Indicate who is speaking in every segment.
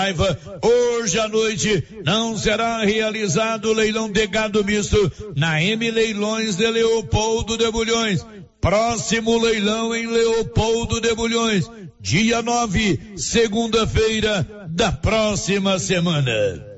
Speaker 1: Hoje à noite não será realizado o leilão de gado misto na M Leilões de Leopoldo de Bulhões. Próximo leilão em Leopoldo de Bulhões, dia 9, segunda-feira da próxima semana.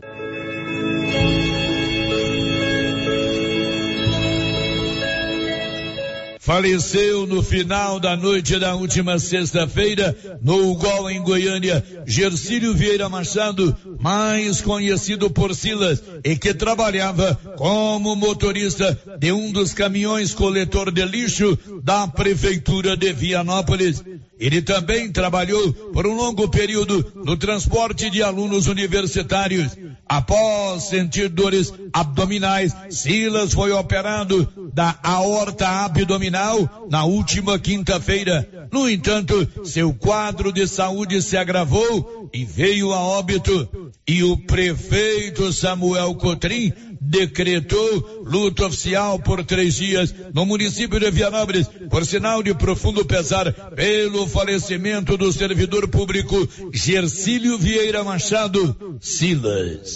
Speaker 1: Faleceu no final da noite da última sexta-feira, no UGOL em Goiânia, Gercílio Vieira Machado, mais conhecido por Silas, e que trabalhava como motorista de um dos caminhões coletor de lixo da Prefeitura de Vianópolis. Ele também trabalhou por um longo período no transporte de alunos universitários. Após sentir dores abdominais, Silas foi operado da aorta abdominal na última quinta-feira. No entanto, seu quadro de saúde se agravou e veio a óbito. E o prefeito Samuel Cotrim decretou luto oficial por 3 dias no município de Vianópolis, por sinal de profundo pesar pelo falecimento do servidor público Gercílio Vieira Machado Silas.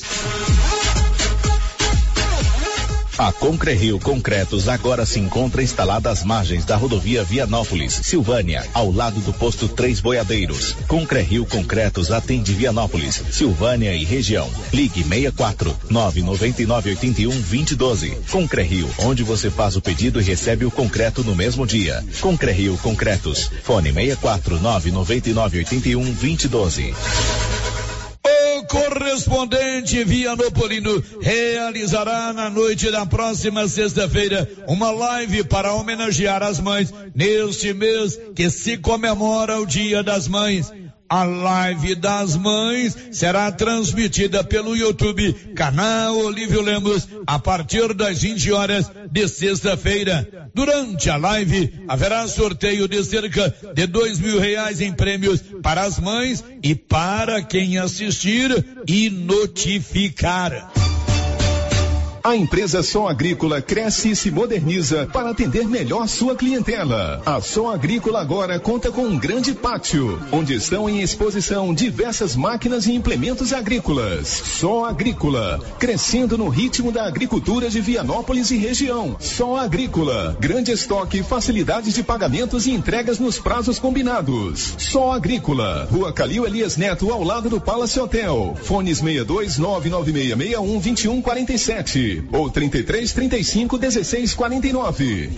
Speaker 2: A Concrerio Concretos agora se encontra instalada às margens da rodovia Vianópolis, Silvânia, ao lado do posto 3 Boiadeiros. Concrerio Concretos atende Vianópolis, Silvânia e região. Ligue 64 999 81 2012. Concrerio, onde você faz o pedido e recebe o concreto no mesmo dia. Concrerio Concretos. Fone 64 999 81 2012.
Speaker 1: O correspondente vianopolino realizará na noite da próxima sexta-feira uma live para homenagear as mães neste mês que se comemora o Dia das Mães. A live das mães será transmitida pelo YouTube, canal Olívio Lemos, a partir das 20 horas de sexta-feira. Durante a live, haverá sorteio de cerca de R$2.000 em prêmios para as mães e para quem assistir e notificar.
Speaker 3: A empresa Som Agrícola cresce e se moderniza para atender melhor sua clientela. A Som Agrícola agora conta com um grande pátio, onde estão em exposição diversas máquinas e implementos agrícolas. Som Agrícola, crescendo no ritmo da agricultura de Vianópolis e região. Som Agrícola, grande estoque, facilidades de pagamentos e entregas nos prazos combinados. Som Agrícola, Rua Calil Elias Neto, ao lado do Palace Hotel. Fones 62 99661 2147. Ou 33 35 16 49.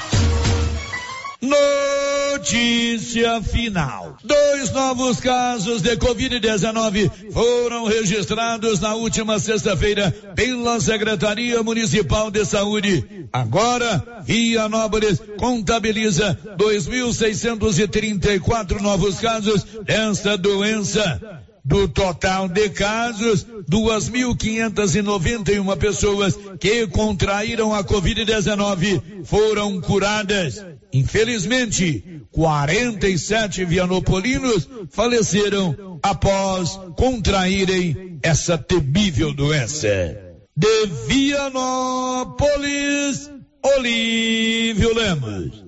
Speaker 1: Notícia final. 2 novos casos de Covid-19 foram registrados na última sexta-feira pela Secretaria Municipal de Saúde. Agora, Vianópolis contabiliza 2.634 novos casos desta doença. Do total de casos, 2.591 pessoas que contraíram a Covid-19 foram curadas. Infelizmente, 47 vianopolinos faleceram após contraírem essa temível doença. De Vianópolis, Olívio Lemos.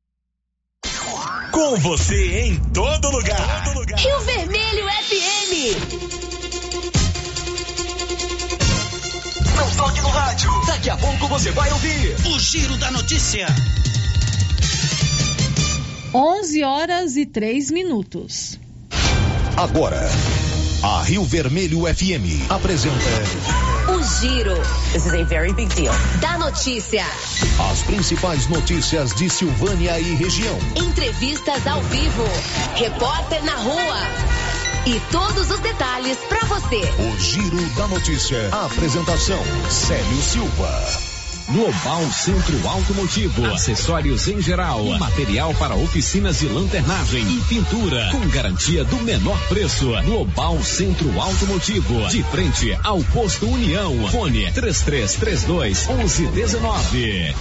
Speaker 4: Com você em todo lugar.
Speaker 5: Rio Vermelho FM.
Speaker 4: Não toque no rádio. Daqui a pouco você vai ouvir
Speaker 6: o Giro da Notícia.
Speaker 7: 11h03.
Speaker 2: Agora, a Rio Vermelho FM apresenta
Speaker 5: o Giro.
Speaker 8: This is a very big deal.
Speaker 5: Da notícia.
Speaker 2: As principais notícias de Silvânia e região.
Speaker 5: Entrevistas ao vivo. Repórter na rua. E todos os detalhes para você.
Speaker 2: O Giro da Notícia. A apresentação: Célio Silva.
Speaker 9: Global Centro Automotivo, acessórios em geral, material para oficinas de lanternagem e pintura, com garantia do menor preço. Global Centro Automotivo, de frente ao Posto União. Fone 3332 1119.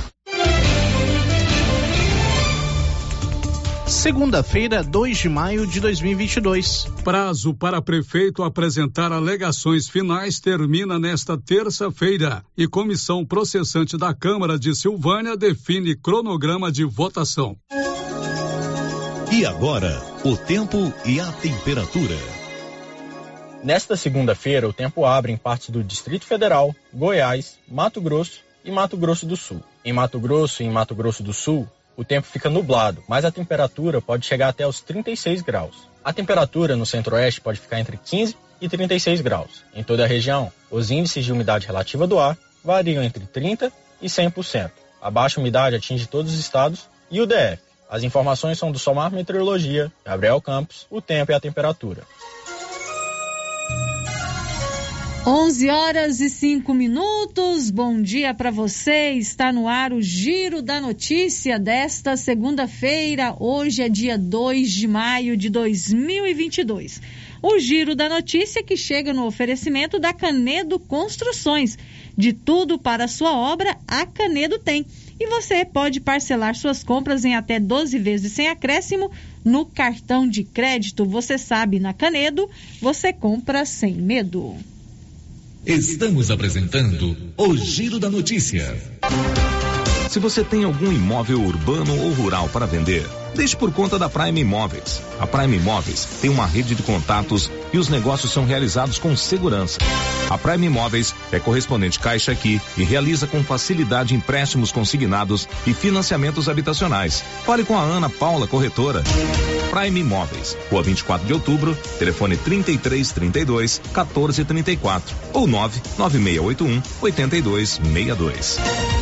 Speaker 10: Segunda-feira, 2 de maio de 2022.
Speaker 11: Prazo para prefeito apresentar alegações finais termina nesta terça-feira e comissão processante da Câmara de Silvânia define cronograma de votação.
Speaker 2: E agora, o tempo e a temperatura.
Speaker 6: Nesta segunda-feira, o tempo abre em partes do Distrito Federal, Goiás, Mato Grosso e Mato Grosso do Sul. Em Mato Grosso e em Mato Grosso do Sul, o tempo fica nublado, mas a temperatura pode chegar até os 36 graus. A temperatura no centro-oeste pode ficar entre 15 e 36 graus. Em toda a região, os índices de umidade relativa do ar variam entre 30% e 100%. A baixa umidade atinge todos os estados e o DF. As informações são do Somar Meteorologia, Gabriel Campos, o tempo e a temperatura.
Speaker 7: 11h05. Bom dia para você. Está no ar o Giro da Notícia desta segunda-feira. Hoje é dia 2 de maio de 2022. O Giro da Notícia que chega no oferecimento da Canedo Construções. De tudo para a sua obra, a Canedo tem. E você pode parcelar suas compras em até 12 vezes sem acréscimo no cartão de crédito. Você sabe, na Canedo, você compra sem medo.
Speaker 9: Estamos apresentando o Giro da Notícia. Se você tem algum imóvel urbano ou rural para vender, deixe por conta da Prime Imóveis. A Prime Imóveis tem uma rede de contatos e os negócios são realizados com segurança. A Prime Imóveis é correspondente Caixa Aqui e realiza com facilidade empréstimos consignados e financiamentos habitacionais. Fale com a Ana Paula, corretora. Prime Imóveis, Rua 24 de Outubro, telefone 3332 1434 ou 99681 8262.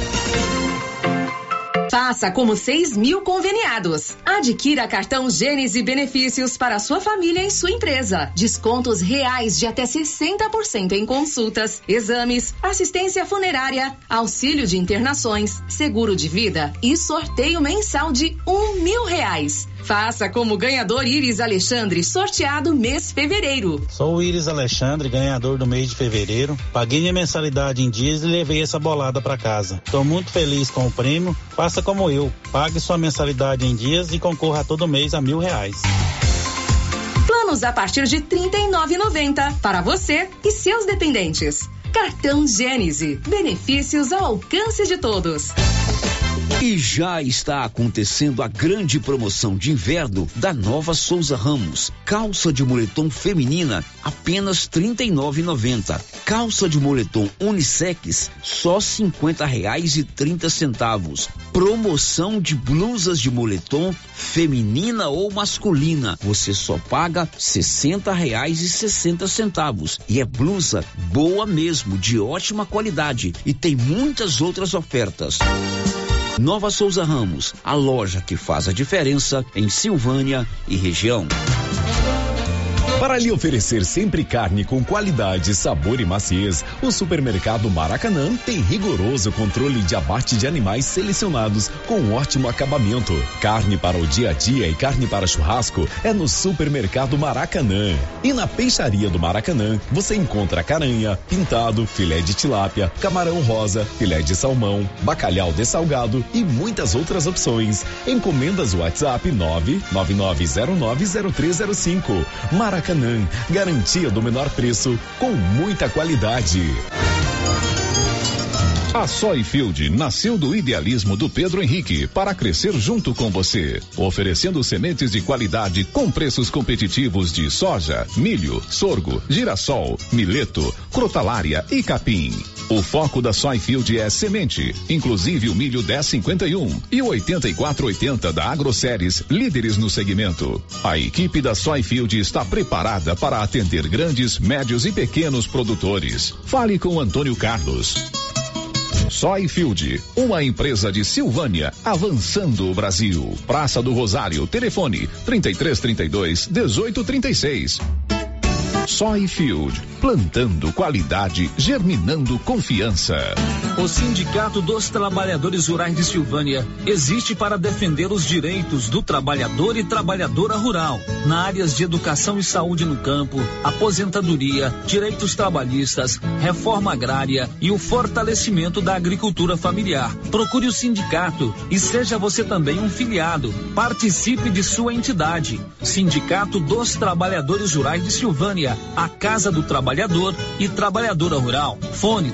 Speaker 5: Faça como 6.000 conveniados. Adquira cartão Gênese Benefícios para sua família e sua empresa. Descontos reais de até 60% em consultas, exames, assistência funerária, auxílio de internações, seguro de vida e sorteio mensal de R$1.000. Faça como ganhador Iris Alexandre, sorteado mês fevereiro.
Speaker 8: Sou o Iris Alexandre, ganhador do mês de fevereiro. Paguei minha mensalidade em dias e levei essa bolada para casa. Estou muito feliz com o prêmio. Faça como eu. Pague sua mensalidade em dias e concorra todo mês a R$1.000.
Speaker 5: Planos a partir de R$ 39,90 para você e seus dependentes. Cartão Gênese. Benefícios ao alcance de todos.
Speaker 12: E já está acontecendo a grande promoção de inverno da Nova Souza Ramos. Calça de moletom feminina, apenas R$ 39,90. Calça de moletom unissex, só R$ 50,30. Promoção de blusas de moletom feminina ou masculina. Você só paga R$ 60,60. E é blusa boa mesmo, de ótima qualidade. E tem muitas outras ofertas. Nova Souza Ramos, a loja que faz a diferença em Silvânia e região.
Speaker 2: Para lhe oferecer sempre carne com qualidade, sabor e maciez, o Supermercado Maracanã tem rigoroso controle de abate de animais selecionados com ótimo acabamento. Carne para o dia a dia e carne para churrasco é no Supermercado Maracanã. E na Peixaria do Maracanã, você encontra caranha, pintado, filé de tilápia, camarão rosa, filé de salmão, bacalhau dessalgado e muitas outras opções. Encomendas WhatsApp 999090305. Maracanã, garantia do menor preço com muita qualidade.
Speaker 3: A Soyfield nasceu do idealismo do Pedro Henrique para crescer junto com você, oferecendo sementes de qualidade com preços competitivos de soja, milho, sorgo, girassol, mileto, crotalária e capim. O foco da Soyfield é semente, inclusive o milho 1051 e o 8480 da AgroSéries, líderes no segmento. A equipe da Soyfield está preparada para atender grandes, médios e pequenos produtores. Fale com Antônio Carlos. Soyfield, uma empresa de Silvânia, avançando o Brasil. Praça do Rosário, telefone 3332-1836. Soyfield, plantando qualidade, germinando confiança.
Speaker 13: O Sindicato dos Trabalhadores Rurais de Silvânia existe para defender os direitos do trabalhador e trabalhadora rural, na áreas de educação e saúde no campo, aposentadoria, direitos trabalhistas, reforma agrária e o fortalecimento da agricultura familiar. Procure o sindicato e seja você também um filiado. Participe de sua entidade. Sindicato dos Trabalhadores Rurais de Silvânia. Notícia, a Casa do Trabalhador e Trabalhadora Rural. Fone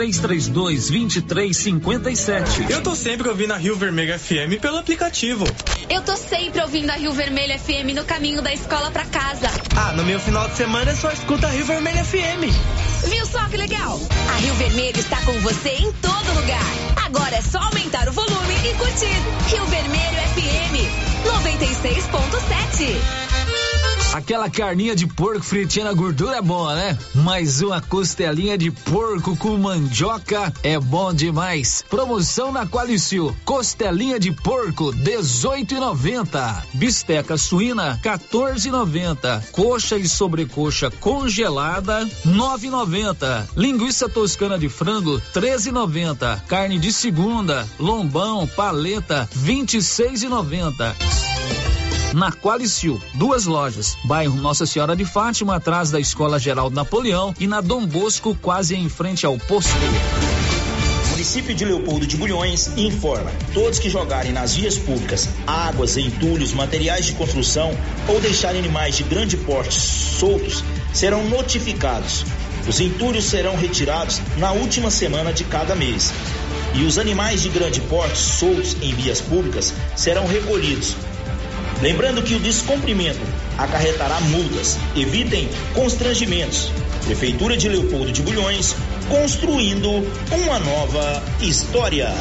Speaker 13: 3332-2357.
Speaker 14: Eu tô sempre ouvindo a Rio Vermelho FM pelo aplicativo.
Speaker 15: Eu tô sempre ouvindo a Rio Vermelho FM no caminho da escola pra casa.
Speaker 14: Ah, no meu final de semana eu só escuto a Rio Vermelho FM.
Speaker 15: Viu só que legal? A Rio Vermelho está com você em todo lugar. Agora é só aumentar o volume e curtir. Rio Vermelho FM 96.7.
Speaker 13: Aquela carninha de porco fritinha na gordura é boa, né? Mas uma costelinha de porco com mandioca é bom demais. Promoção na Qualicil. Costelinha de porco, R$18,90. Bisteca suína, R$14,90. Coxa e sobrecoxa congelada, R$9,90. Linguiça toscana de frango, R$13,90. Carne de segunda, lombão, paleta, R$26,90. Na Qualicil, 2 lojas, bairro Nossa Senhora de Fátima, atrás da Escola Geraldo Napoleão, e na Dom Bosco, quase em frente ao posto.
Speaker 16: O município de Leopoldo de Bulhões informa: todos que jogarem nas vias públicas águas, entulhos, materiais de construção ou deixarem animais de grande porte soltos serão notificados. Os entulhos serão retirados na última semana de cada mês e os animais de grande porte soltos em vias públicas serão recolhidos. Lembrando que o descumprimento acarretará multas. Evitem constrangimentos. Prefeitura de Leopoldo de Bulhões, construindo uma nova história.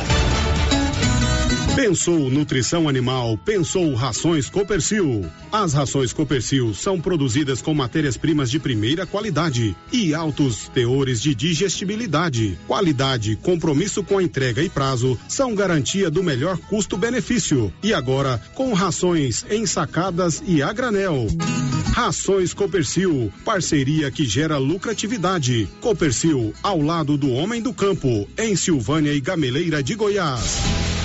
Speaker 17: Pensou nutrição animal, pensou rações Copercil. As rações Copercil são produzidas com matérias-primas de primeira qualidade e altos teores de digestibilidade. Qualidade, compromisso com a entrega e prazo são garantia do melhor custo-benefício. E agora, com rações ensacadas e a granel. Rações Copercil, parceria que gera lucratividade. Copercil, ao lado do homem do campo, em Silvânia e Gameleira de Goiás.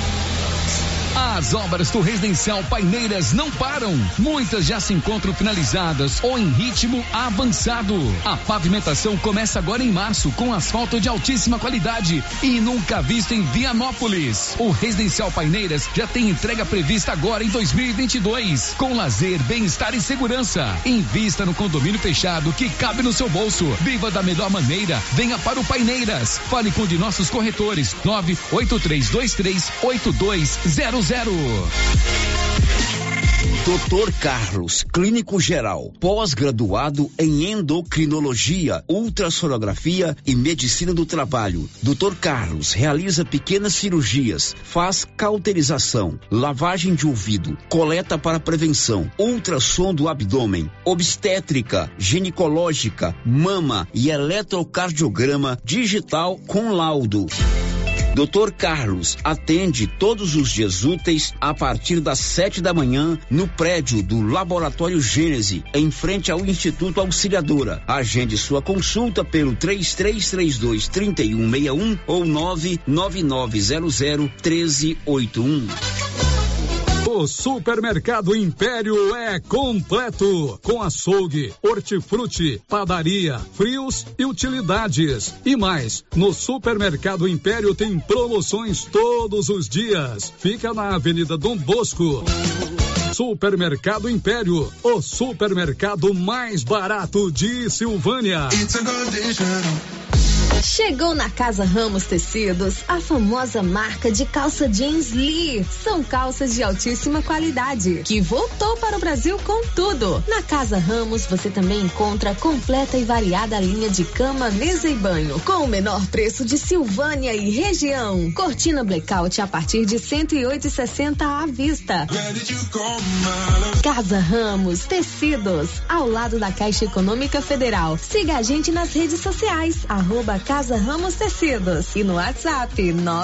Speaker 9: As obras do Residencial Paineiras não param. Muitas já se encontram finalizadas ou em ritmo avançado. A pavimentação começa agora em março com asfalto de altíssima qualidade e nunca visto em Vianópolis. O Residencial Paineiras já tem entrega prevista agora em 2022, com lazer, bem-estar e segurança. Invista no condomínio fechado que cabe no seu bolso. Viva da melhor maneira. Venha para o Paineiras. Fale com um de nossos corretores. 983238200.
Speaker 12: Dr. Carlos, clínico geral, pós-graduado em endocrinologia, ultrassonografia e medicina do trabalho. Dr. Carlos realiza pequenas cirurgias, faz cauterização, lavagem de ouvido, coleta para prevenção, ultrassom do abdômen, obstétrica, ginecológica, mama e eletrocardiograma digital com laudo. Dr. Carlos atende todos os dias úteis a partir das 7 da manhã no prédio do Laboratório Gênese, em frente ao Instituto Auxiliadora. Agende sua consulta pelo 3332-3161 ou 99900-1381.
Speaker 11: O Supermercado Império é completo, com açougue, hortifruti, padaria, frios e utilidades. E mais, no Supermercado Império tem promoções todos os dias. Fica na Avenida Dom Bosco. Supermercado Império, o supermercado mais barato de Silvânia.
Speaker 5: Chegou na Casa Ramos Tecidos a famosa marca de calça jeans Lee. São calças de altíssima qualidade que voltou para o Brasil com tudo. Na Casa Ramos você também encontra a completa e variada linha de cama, mesa e banho com o menor preço de Silvânia e região. Cortina blackout a partir de R$108,60 à vista. Casa Ramos Tecidos, ao lado da Caixa Econômica Federal. Siga a gente nas redes sociais, @Casa Ramos Tecidos e no WhatsApp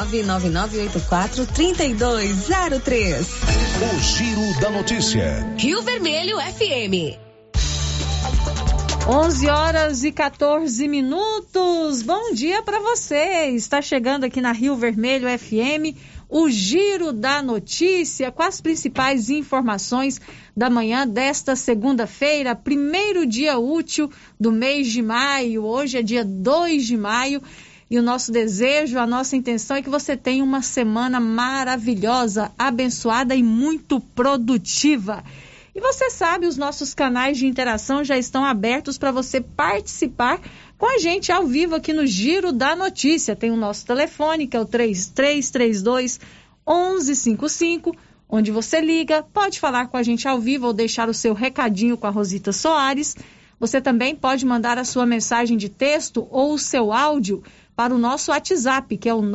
Speaker 5: 99984-3203.
Speaker 3: O Giro da Notícia.
Speaker 5: Rio Vermelho FM.
Speaker 7: 11h14. Bom dia para você. Está chegando aqui na Rio Vermelho FM o Giro da Notícia com as principais informações da manhã desta segunda-feira, primeiro dia útil do mês de maio. Hoje é dia 2 de maio e o nosso desejo, a nossa intenção é que você tenha uma semana maravilhosa, abençoada e muito produtiva. E você sabe, os nossos canais de interação já estão abertos para você participar com a gente ao vivo aqui no Giro da Notícia. Tem o nosso telefone, que é o 3332-1155, onde você liga, pode falar com a gente ao vivo ou deixar o seu recadinho com a Rosita Soares. Você também pode mandar a sua mensagem de texto ou o seu áudio para o nosso WhatsApp, que é o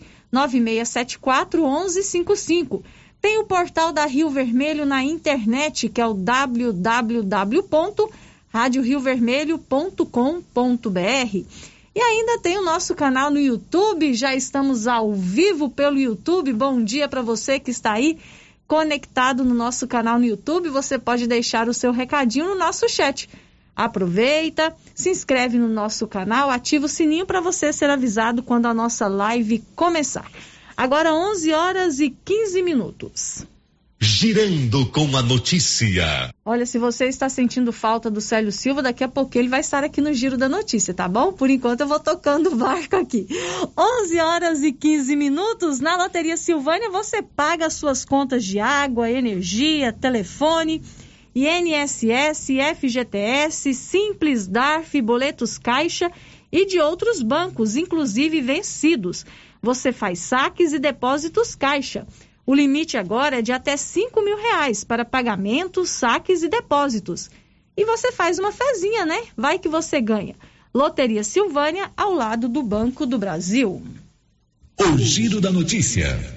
Speaker 7: 99674-1155. Tem o portal da Rio Vermelho na internet, que é o www.radioriovermelho.com.br. E ainda tem o nosso canal no YouTube, já estamos ao vivo pelo YouTube. Bom dia para você que está aí conectado no nosso canal no YouTube. Você pode deixar o seu recadinho no nosso chat. Aproveita, se inscreve no nosso canal, ativa o sininho para você ser avisado quando a nossa live começar. Agora 11h15.
Speaker 4: Girando com a notícia.
Speaker 7: Olha, se você está sentindo falta do Célio Silva, daqui a pouco ele vai estar aqui no Giro da Notícia, tá bom? Por enquanto eu vou tocando o barco aqui. 11h15. Na Loteria Silvânia você paga as suas contas de água, energia, telefone, INSS, FGTS, Simples, DARF, boletos Caixa e de outros bancos, inclusive vencidos. Você faz saques e depósitos Caixa. O limite agora é de até R$5.000 para pagamentos, saques e depósitos. E você faz uma fezinha, né? Vai que você ganha. Loteria Silvânia, ao lado do Banco do Brasil.
Speaker 4: O Giro da Notícia.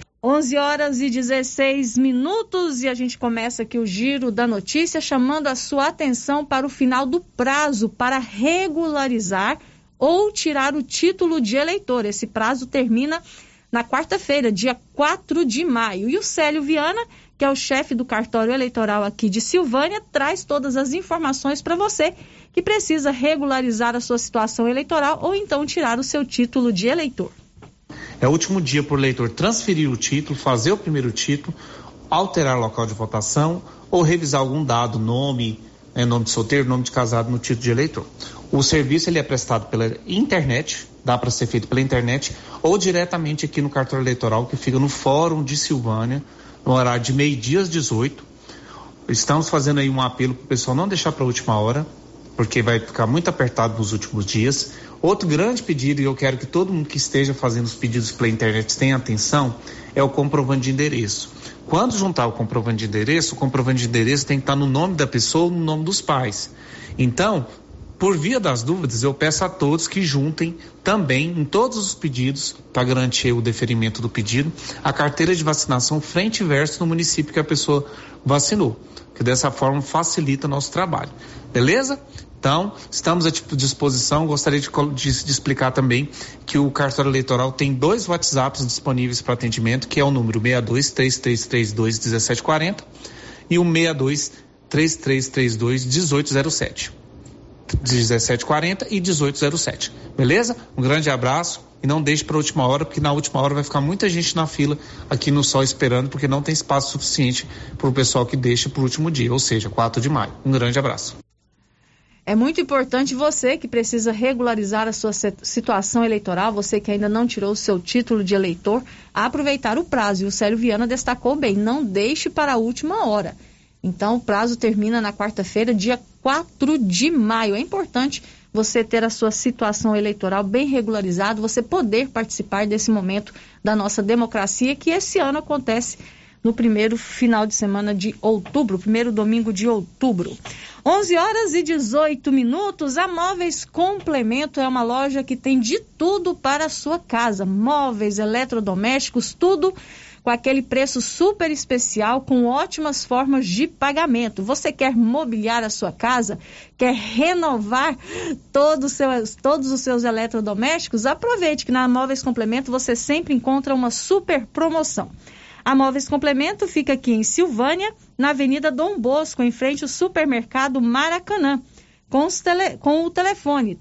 Speaker 7: 11h16 e a gente começa aqui o Giro da Notícia chamando a sua atenção para o final do prazo para regularizar ou tirar o título de eleitor. Esse prazo termina na quarta-feira, dia 4 de maio. E o Célio Viana, que é o chefe do cartório eleitoral aqui de Silvânia, traz todas as informações para você que precisa regularizar a sua situação eleitoral ou então tirar o seu título de eleitor.
Speaker 18: É o último dia para o eleitor transferir o título, fazer o primeiro título, alterar o local de votação ou revisar algum dado, nome de solteiro, nome de casado no título de eleitor. O serviço ele é prestado pela internet, dá para ser feito pela internet ou diretamente aqui no cartório eleitoral que fica no Fórum de Silvânia, no horário de 12h às 18h. Estamos fazendo aí um apelo para o pessoal não deixar para a última hora, porque vai ficar muito apertado nos últimos dias. Outro grande pedido, e eu quero que todo mundo que esteja fazendo os pedidos pela internet tenha atenção, é o comprovante de endereço. Quando juntar o comprovante de endereço tem que estar no nome da pessoa ou no nome dos pais. Então, por via das dúvidas, eu peço a todos que juntem também em todos os pedidos, para garantir o deferimento do pedido, a carteira de vacinação frente e verso no município que a pessoa vacinou, que dessa forma facilita o nosso trabalho. Beleza? Então, estamos à disposição. Gostaria de explicar também que o cartório eleitoral tem 2 WhatsApps disponíveis para atendimento, que é o número 6233321740 e o 6233321807. 1740 e 1807. Beleza? Um grande abraço e não deixe para a última hora, porque na última hora vai ficar muita gente na fila aqui no sol esperando, porque não tem espaço suficiente para o pessoal que deixa para o último dia, ou seja, 4 de maio. Um grande abraço.
Speaker 7: É muito importante você que precisa regularizar a sua situação eleitoral, você que ainda não tirou o seu título de eleitor, a aproveitar o prazo. E o Célio Viana destacou bem, não deixe para a última hora. Então, o prazo termina na quarta-feira, dia 4 de maio. É importante você ter a sua situação eleitoral bem regularizada, você poder participar desse momento da nossa democracia, que esse ano acontece no primeiro final de semana de outubro, primeiro domingo de outubro. 11h18. A Móveis Complemento é uma loja que tem de tudo para a sua casa. Móveis, eletrodomésticos, tudo com aquele preço super especial, com ótimas formas de pagamento. Você quer mobiliar a sua casa? Quer renovar todos os seus eletrodomésticos? Aproveite que na Móveis Complemento você sempre encontra uma super promoção. A Móveis Complemento fica aqui em Silvânia, na Avenida Dom Bosco, em frente ao supermercado Maracanã, com o telefone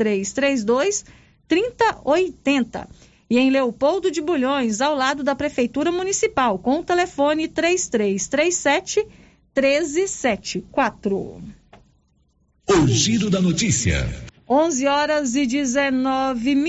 Speaker 7: 3332-3080. E em Leopoldo de Bulhões, ao lado da Prefeitura Municipal, com o telefone 3337-1374.
Speaker 4: O Giro da Notícia.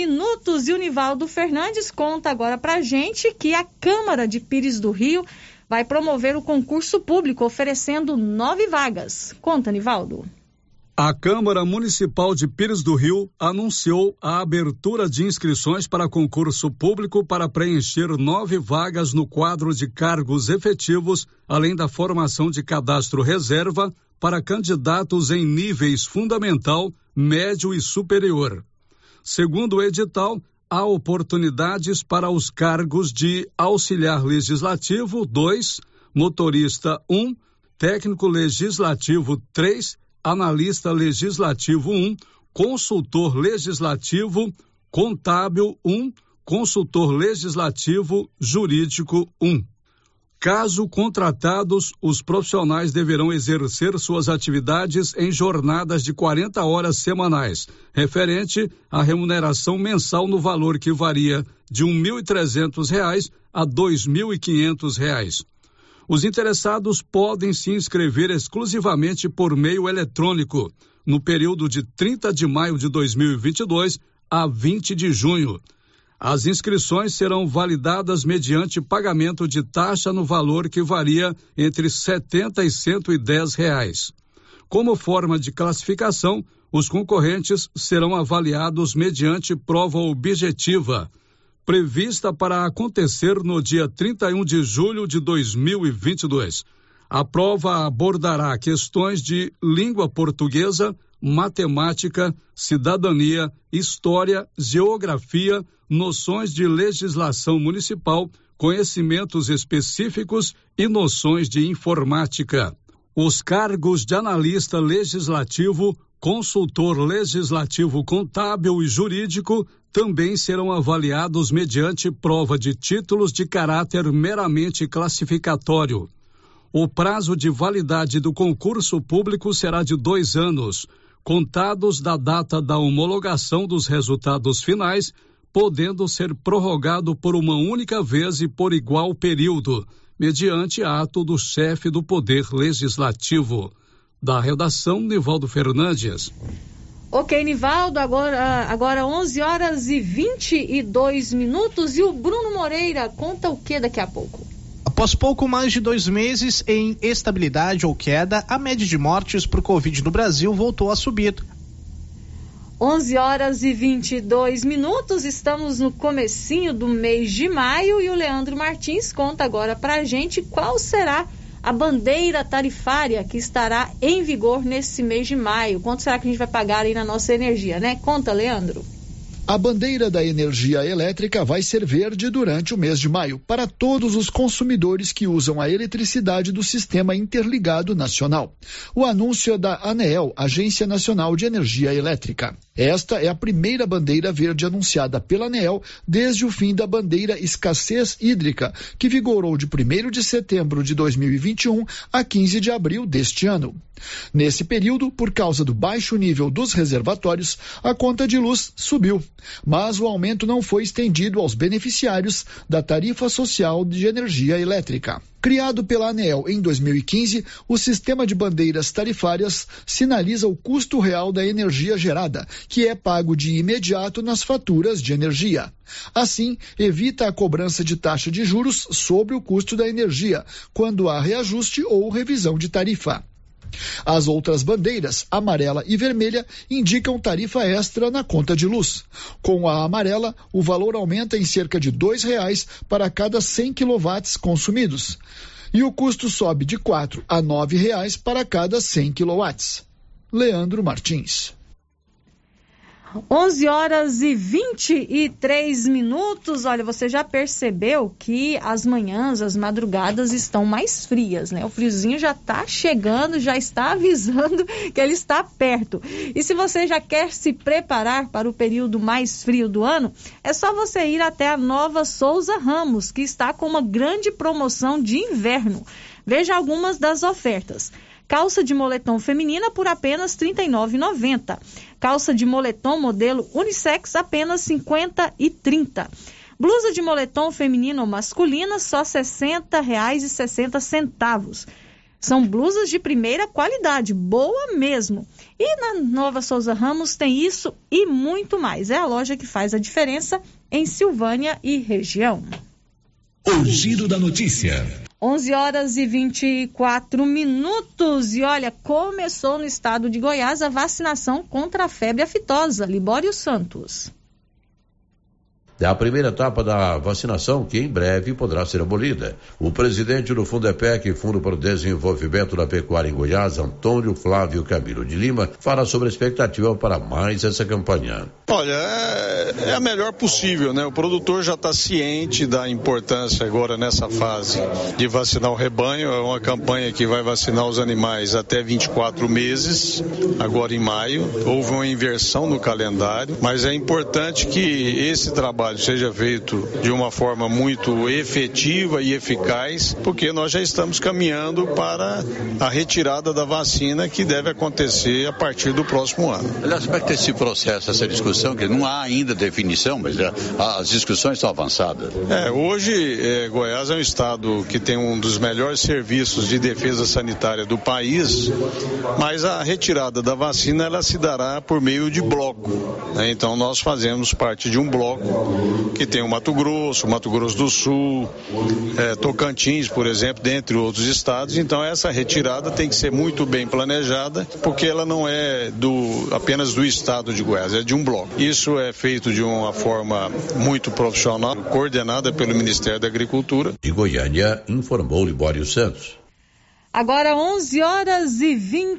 Speaker 7: 11h19. E o Nivaldo Fernandes conta agora pra gente que a Câmara de Pires do Rio vai promover o concurso público oferecendo 9 vagas. Conta, Nivaldo.
Speaker 11: A Câmara Municipal de Pires do Rio anunciou a abertura de inscrições para concurso público para preencher 9 vagas no quadro de cargos efetivos, além da formação de cadastro reserva para candidatos em níveis fundamental, médio e superior. Segundo o edital, há oportunidades para os cargos de auxiliar legislativo 2, motorista 1, técnico legislativo 3, analista legislativo 1, consultor legislativo, contábil 1, consultor legislativo jurídico 1. Caso contratados, os profissionais deverão exercer suas atividades em jornadas de 40 horas semanais, referente à remuneração mensal no valor que varia de R$ 1.300 a R$ 2.500. Os interessados podem se inscrever exclusivamente por meio eletrônico, no período de 30 de maio de 2022 a 20 de junho. As inscrições serão validadas mediante pagamento de taxa no valor que varia entre R$ 70 e R$ 110. Como forma de classificação, os concorrentes serão avaliados mediante prova objetiva, prevista para acontecer no dia 31 de julho de 2022. A prova abordará questões de língua portuguesa, matemática, cidadania, história, geografia, noções de legislação municipal, conhecimentos específicos e noções de informática. Os cargos de analista legislativo, consultor legislativo contábil e jurídico também serão avaliados mediante prova de títulos de caráter meramente classificatório. O prazo de validade do concurso público será de 2 anos, contados da data da homologação dos resultados finais, podendo ser prorrogado por uma única vez e por igual período, mediante ato do chefe do Poder Legislativo. Da redação, Nivaldo Fernandes.
Speaker 7: Ok, Nivaldo, agora 11 horas e 22 minutos e o Bruno Moreira conta o que daqui a pouco?
Speaker 10: Após pouco mais de 2 meses em estabilidade ou queda, a média de mortes por Covid no Brasil voltou a subir.
Speaker 7: 11 horas e 22 minutos, estamos no comecinho do mês de maio e o Leandro Martins conta agora pra gente qual será a bandeira tarifária que estará em vigor nesse mês de maio. Quanto será que a gente vai pagar aí na nossa energia, né? Conta, Leandro.
Speaker 19: A bandeira da energia elétrica vai ser verde durante o mês de maio para todos os consumidores que usam a eletricidade do Sistema Interligado Nacional. O anúncio é da ANEEL, Agência Nacional de Energia Elétrica. Esta é a primeira bandeira verde anunciada pela ANEEL desde o fim da bandeira escassez hídrica, que vigorou de 1º de setembro de 2021 a 15 de abril deste ano. Nesse período, por causa do baixo nível dos reservatórios, a conta de luz subiu, mas o aumento não foi estendido aos beneficiários da tarifa social de energia elétrica. Criado pela ANEEL em 2015, o sistema de bandeiras tarifárias sinaliza o custo real da energia gerada, que é pago de imediato nas faturas de energia. Assim, evita a cobrança de taxa de juros sobre o custo da energia, quando há reajuste ou revisão de tarifa. As outras bandeiras, amarela e vermelha, indicam tarifa extra na conta de luz. Com a amarela, o valor aumenta em cerca de R$ 2,00 para cada 100 kW consumidos. E o custo sobe de R$ 4 a R$ 9,00 para cada 100 kW. Leandro Martins.
Speaker 7: 11 horas e 23 minutos. Olha, você já percebeu que as manhãs, as madrugadas estão mais frias, né? O friozinho já está chegando, já está avisando que ele está perto. E se você já quer se preparar para o período mais frio do ano, é só você ir até a Nova Souza Ramos, que está com uma grande promoção de inverno. Veja algumas das ofertas. Calça de moletom feminina por apenas R$ 39,90. Calça de moletom modelo unissex apenas R$ 50,30. Blusa de moletom feminina ou masculina só R$ 60,60. São blusas de primeira qualidade, boa mesmo. E na Nova Souza Ramos tem isso e muito mais. É a loja que faz a diferença em Silvânia e região.
Speaker 4: O Giro da Notícia.
Speaker 7: 11 horas e 24 minutos. E olha, começou no estado de Goiás a vacinação contra a febre aftosa. Libório Santos.
Speaker 20: É a primeira etapa da vacinação que em breve poderá ser abolida. O presidente do Fundepec, Fundo para o Desenvolvimento da Pecuária em Goiás, Antônio Flávio Camilo de Lima, fala sobre a expectativa para mais essa campanha.
Speaker 21: Olha, é a melhor possível, né? O produtor já está ciente da importância agora nessa fase de vacinar o rebanho. É uma campanha que vai vacinar os animais até 24 meses, agora em maio. Houve uma inversão no calendário, mas é importante que esse trabalho seja feito de uma forma muito efetiva e eficaz, porque nós já estamos caminhando para a retirada da vacina que deve acontecer a partir do próximo ano.
Speaker 22: Aliás, como é que está esse processo, essa discussão, que não há ainda definição, mas as discussões estão avançadas?
Speaker 21: Hoje, Goiás é um estado que tem um dos melhores serviços de defesa sanitária do país, mas a retirada da vacina ela se dará por meio de bloco, né? Então nós fazemos parte de um bloco que tem o Mato Grosso do Sul, Tocantins, por exemplo, dentre outros estados. Então essa retirada tem que ser muito bem planejada, porque ela não é apenas do estado de Goiás, é de um bloco. Isso é feito de uma forma muito profissional, coordenada pelo Ministério da Agricultura.
Speaker 20: De Goiânia, informou Libório Santos.
Speaker 7: Agora 11 horas e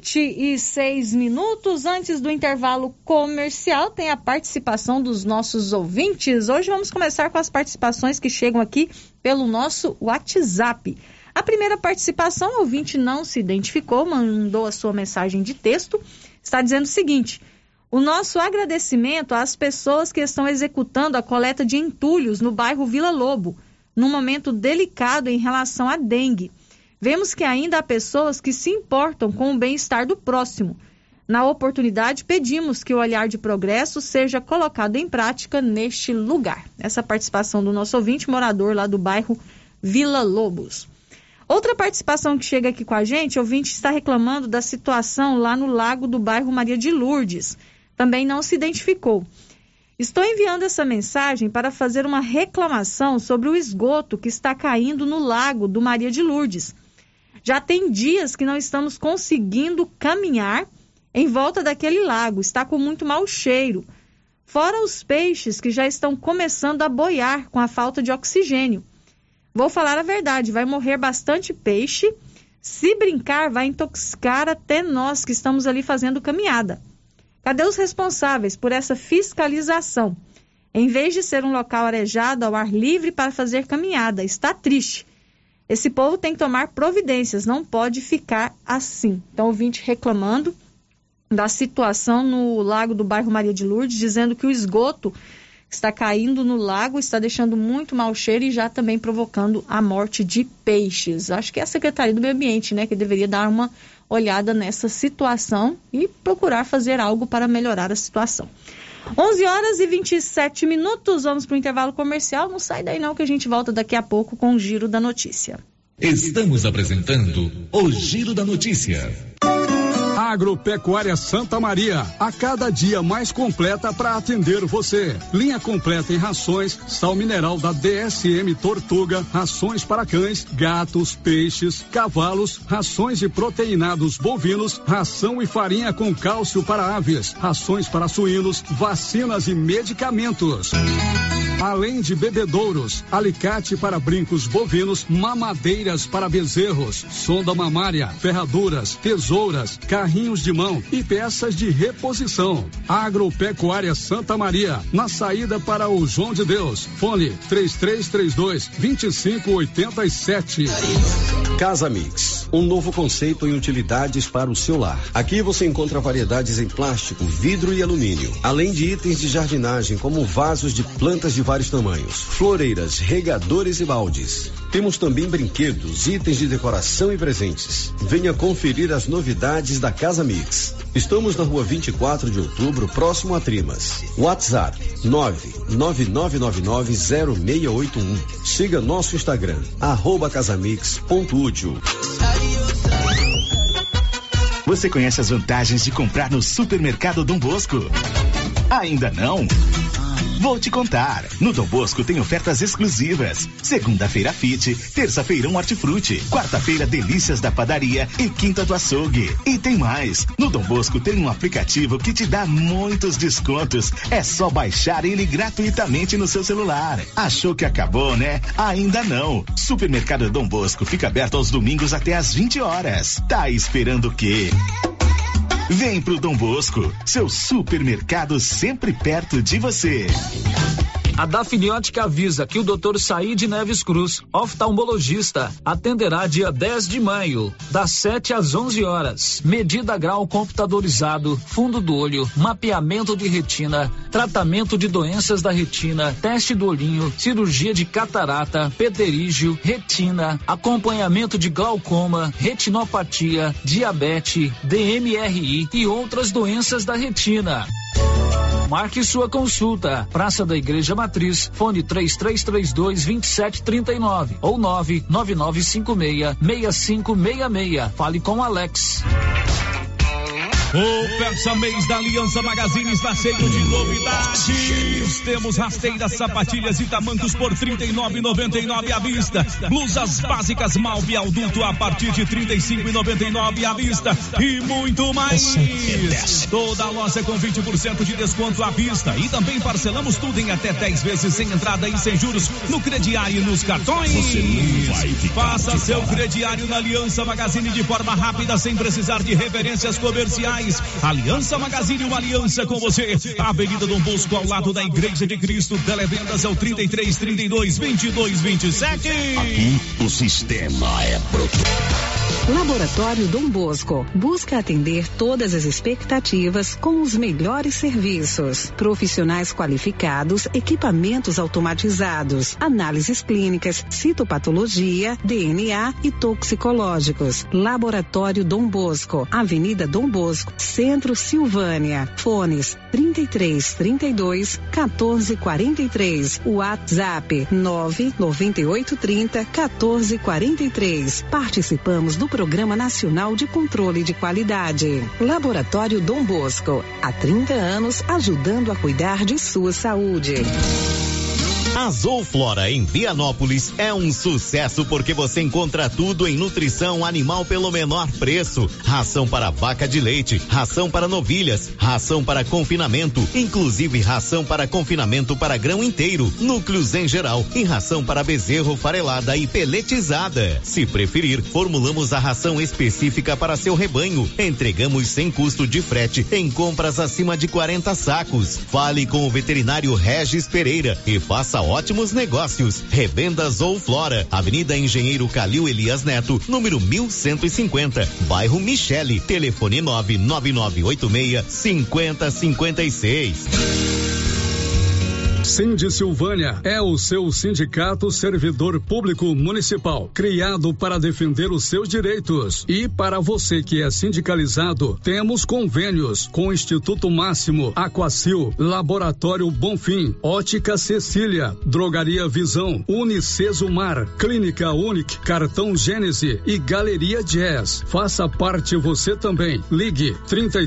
Speaker 7: 26 minutos. Antes do intervalo comercial, tem a participação dos nossos ouvintes. Hoje vamos começar com as participações que chegam aqui pelo nosso WhatsApp. A primeira participação, o ouvinte não se identificou, mandou a sua mensagem de texto. Está dizendo o seguinte: o nosso agradecimento às pessoas que estão executando a coleta de entulhos no bairro Vila Lobo, num momento delicado em relação à dengue. Vemos que ainda há pessoas que se importam com o bem-estar do próximo. Na oportunidade, pedimos que o olhar de progresso seja colocado em prática neste lugar. Essa participação do nosso ouvinte, morador lá do bairro Vila Lobos. Outra participação que chega aqui com a gente, o ouvinte está reclamando da situação lá no lago do bairro Maria de Lourdes. Também não se identificou. Estou enviando essa mensagem para fazer uma reclamação sobre o esgoto que está caindo no lago do Maria de Lourdes. Já tem dias que não estamos conseguindo caminhar em volta daquele lago. Está com muito mau cheiro. Fora os peixes que já estão começando a boiar com a falta de oxigênio. Vou falar a verdade, vai morrer bastante peixe. Se brincar, vai intoxicar até nós que estamos ali fazendo caminhada. Cadê os responsáveis por essa fiscalização? Em vez de ser um local arejado ao ar livre para fazer caminhada, está triste. Esse povo tem que tomar providências, não pode ficar assim. Então, o ouvinte reclamando da situação no lago do bairro Maria de Lourdes, dizendo que o esgoto está caindo no lago, está deixando muito mau cheiro e já também provocando a morte de peixes. Acho que é a Secretaria do Meio Ambiente, né, que deveria dar uma olhada nessa situação e procurar fazer algo para melhorar a situação. 11 horas e 27 minutos, vamos para o intervalo comercial. Não sai daí não que a gente volta daqui a pouco com o Giro da Notícia.
Speaker 4: Estamos apresentando o Giro da Notícia.
Speaker 11: Agropecuária Santa Maria, a cada dia mais completa para atender você. Linha completa em rações, sal mineral da DSM Tortuga, rações para cães, gatos, peixes, cavalos, rações de proteinados bovinos, ração e farinha com cálcio para aves, rações para suínos, vacinas e medicamentos. Além de bebedouros, alicate para brincos bovinos, mamadeiras para bezerros, sonda mamária, ferraduras, tesouras, carrinhos de mão e peças de reposição. Agropecuária Santa Maria, na saída para o João de Deus. Fone 3332-2587.
Speaker 23: Casa Mix, um novo conceito em utilidades para o seu lar. Aqui você encontra variedades em plástico, vidro e alumínio, além de itens de jardinagem como vasos de plantas de vários tamanhos, floreiras, regadores e baldes. Temos também brinquedos, itens de decoração e presentes. Venha conferir as novidades da Casa Mix. Estamos na rua 24 de outubro, próximo a Trimas. WhatsApp 999990681. Siga nosso Instagram, @casamix.útil.
Speaker 24: Você conhece as vantagens de comprar no Supermercado Dom Bosco? Ainda não?
Speaker 1: Vou te contar. No Dom Bosco tem ofertas exclusivas. Segunda-feira Fit, terça-feirão Hortifruti, quarta-feira Delícias da Padaria e quinta do Açougue. E tem mais. No Dom Bosco tem um aplicativo que te dá muitos descontos. É só baixar ele gratuitamente no seu celular. Achou que acabou, né? Ainda não. Supermercado Dom Bosco fica aberto aos domingos até às 20 horas. Tá esperando o quê? Vem pro Dom Bosco, seu supermercado sempre perto de você.
Speaker 13: A Dafniótica avisa que o Dr. Saíde Neves Cruz, oftalmologista, atenderá dia 10 de maio, das 7 às 11 horas. Medida grau computadorizado, fundo do olho, mapeamento de retina, tratamento de doenças da retina, teste do olhinho, cirurgia de catarata, pterígio, retina, acompanhamento de glaucoma, retinopatia, diabetes, DMRI e outras doenças da retina. Marque sua consulta. Praça da Igreja Matriz, fone 3332-2739 ou 99956-6566. Fale com Alex.
Speaker 6: O Fecha Mês da Aliança Magazine está cheio de novidades. Temos rasteiras, sapatilhas e tamancos por R$ 39,99 à vista. Blusas básicas Malve adulto a partir de R$ 35,99 à vista. E muito mais. Toda a loja com 20% de desconto à vista. E também parcelamos tudo em até 10 vezes sem entrada e sem juros no crediário e nos cartões. Faça seu crediário na Aliança Magazine de forma rápida, sem precisar de referências comerciais. Aliança Magazine, uma aliança com você. Avenida Dom Bosco, ao lado da Igreja de Cristo. Televendas é o 3332-2227.
Speaker 8: Aqui o sistema é pronto.
Speaker 24: Laboratório Dom Bosco busca atender todas as expectativas com os melhores serviços. Profissionais qualificados, equipamentos automatizados, análises clínicas, citopatologia, DNA e toxicológicos. Laboratório Dom Bosco, Avenida Dom Bosco, Centro Silvânia. Fones 3332-1443. WhatsApp 99830-1443. Participamos do Programa Nacional de Controle de Qualidade. Laboratório Dom Bosco, há 30 anos ajudando a cuidar de sua saúde.
Speaker 25: A Zooflora em Vianópolis é um sucesso porque você encontra tudo em nutrição animal pelo menor preço. Ração para vaca de leite, ração para novilhas, ração para confinamento, inclusive ração para confinamento para grão inteiro, núcleos em geral e ração para bezerro farelada e peletizada. Se preferir, formulamos a ração específica para seu rebanho. Entregamos sem custo de frete em compras acima de 40 sacos. Fale com o veterinário Regis Pereira e faça ótimos negócios. Revendas Zooflora, Avenida Engenheiro Calil Elias Neto, número 1150, bairro Michele, telefone 99986-5056.
Speaker 11: Sindi Silvânia é o seu sindicato servidor público municipal, criado para defender os seus direitos. E para você que é sindicalizado, temos convênios com o Instituto Máximo, Aquacil, Laboratório Bonfim, Ótica Cecília, Drogaria Visão, Unicesumar, Clínica Unic, Cartão Gênese e Galeria Jazz. Faça parte você também. Ligue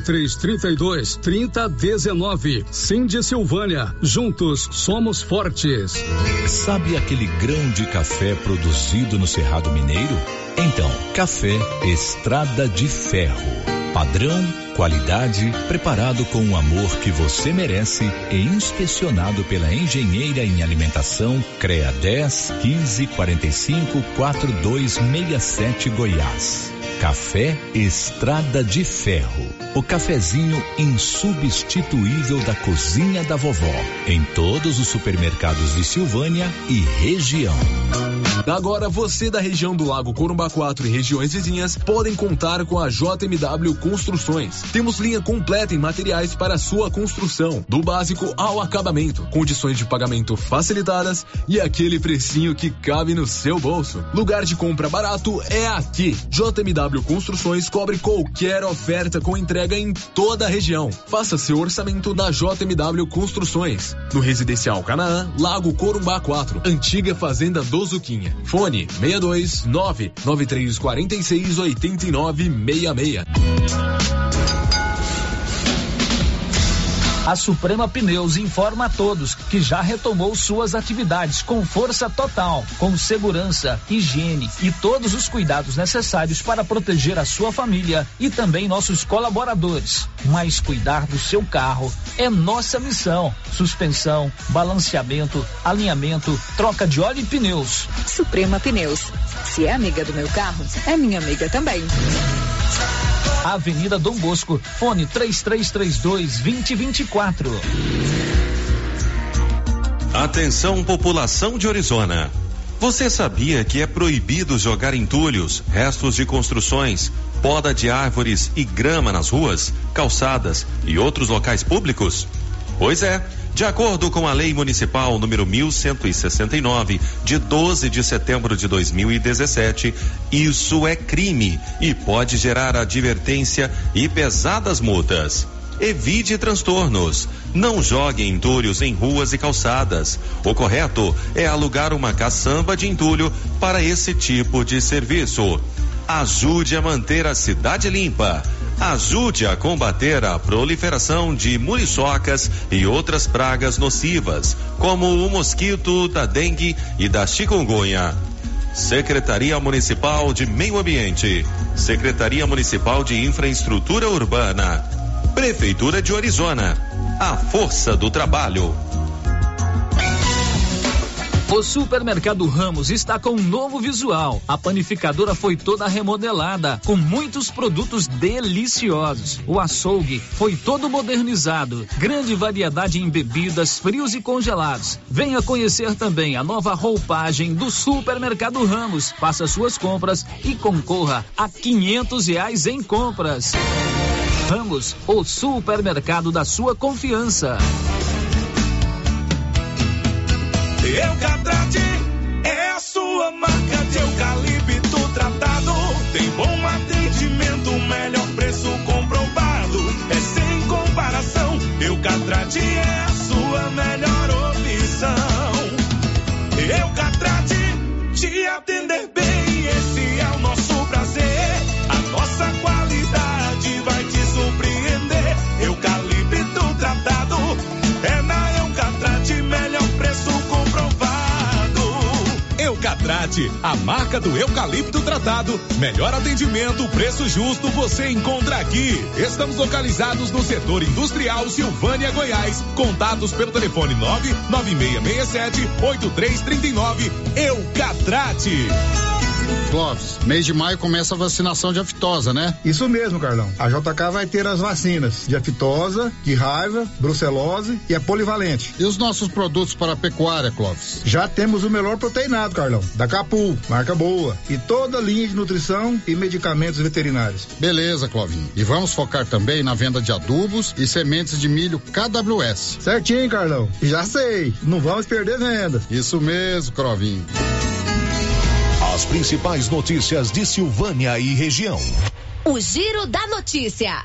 Speaker 11: 3332-3019. Sindi Silvânia, juntos somos fortes.
Speaker 2: Sabe aquele grão de café produzido no Cerrado Mineiro? Então, café Estrada de Ferro. Padrão, qualidade, preparado com o amor que você merece e inspecionado pela engenheira em alimentação CREA 10 15 45 4267 Goiás. Café Estrada de Ferro, o cafezinho insubstituível da cozinha da vovó, em todos os supermercados de Silvânia e região.
Speaker 26: Agora você da região do Lago Corumbá 4 e regiões vizinhas podem contar com a JMW Construções. Temos linha completa em materiais para sua construção, do básico ao acabamento, condições de pagamento facilitadas e aquele precinho que cabe no seu bolso. Lugar de compra barato é aqui. JMW Construções cobre qualquer oferta com entrega em toda a região. Faça seu orçamento na JMW Construções. No Residencial Canaã, Lago Corumbá 4, antiga Fazenda do Zuquinha. Fone 62993468966.
Speaker 13: A Suprema Pneus informa a todos que já retomou suas atividades com força total, com segurança, higiene e todos os cuidados necessários para proteger a sua família e também nossos colaboradores. Mas cuidar do seu carro é nossa missão. Suspensão, balanceamento, alinhamento, troca de óleo e pneus.
Speaker 24: Suprema Pneus. Se é amiga do meu carro, é minha amiga também.
Speaker 13: Avenida Dom Bosco, fone 3332-2024.
Speaker 9: Atenção, população de Orizona. Você sabia que é proibido jogar entulhos, restos de construções, poda de árvores e grama nas ruas, calçadas e outros locais públicos? Pois é. De acordo com a Lei Municipal número 1169, de 12 de setembro de 2017, isso é crime e pode gerar advertência e pesadas multas. Evite transtornos. Não jogue entulhos em ruas e calçadas. O correto é alugar uma caçamba de entulho para esse tipo de serviço. Ajude a manter a cidade limpa. Ajude a combater a proliferação de muriçocas e outras pragas nocivas, como o mosquito da dengue e da chikungunya. Secretaria Municipal de Meio Ambiente, Secretaria Municipal de Infraestrutura Urbana, Prefeitura de Orizona, a força do trabalho.
Speaker 13: O Supermercado Ramos está com um novo visual. A panificadora foi toda remodelada, com muitos produtos deliciosos. O açougue foi todo modernizado. Grande variedade em bebidas, frios e congelados. Venha conhecer também a nova roupagem do Supermercado Ramos. Faça suas compras e concorra a R$500 em compras. Ramos, o supermercado da sua confiança.
Speaker 12: Eucatrate é a sua marca de eucalipto tratado. Tem bom atendimento, melhor preço comprovado. É sem comparação. Eucatrate é a sua melhor opção. Eucatrate, te atender bem, esse é o nosso prazer. A nossa qualidade vai te surpreender. Eucalipto tratado é na Eucatrate, melhor preço comprovado.
Speaker 6: Eucatrate, a marca do eucalipto tratado. Melhor atendimento, preço justo, você encontra aqui. Estamos localizados no setor industrial Silvânia, Goiás. Contatos pelo telefone 99667-8339. Eucatrate.
Speaker 14: Clóvis, mês de maio começa a vacinação de aftosa, né?
Speaker 15: Isso mesmo, Carlão. A JK vai ter as vacinas de aftosa, de raiva, brucelose e a polivalente.
Speaker 14: E os nossos produtos para a pecuária, Clóvis?
Speaker 15: Já temos o melhor proteinado, Carlão, da Capu, marca boa, e toda a linha de nutrição e medicamentos veterinários.
Speaker 14: Beleza, Clovinho. E vamos focar também na venda de adubos e sementes de milho KWS.
Speaker 15: Certinho, Carlão. Já sei. Não vamos perder venda.
Speaker 14: Isso mesmo, Clovinho.
Speaker 16: As principais notícias de Silvânia e região.
Speaker 5: O Giro da Notícia.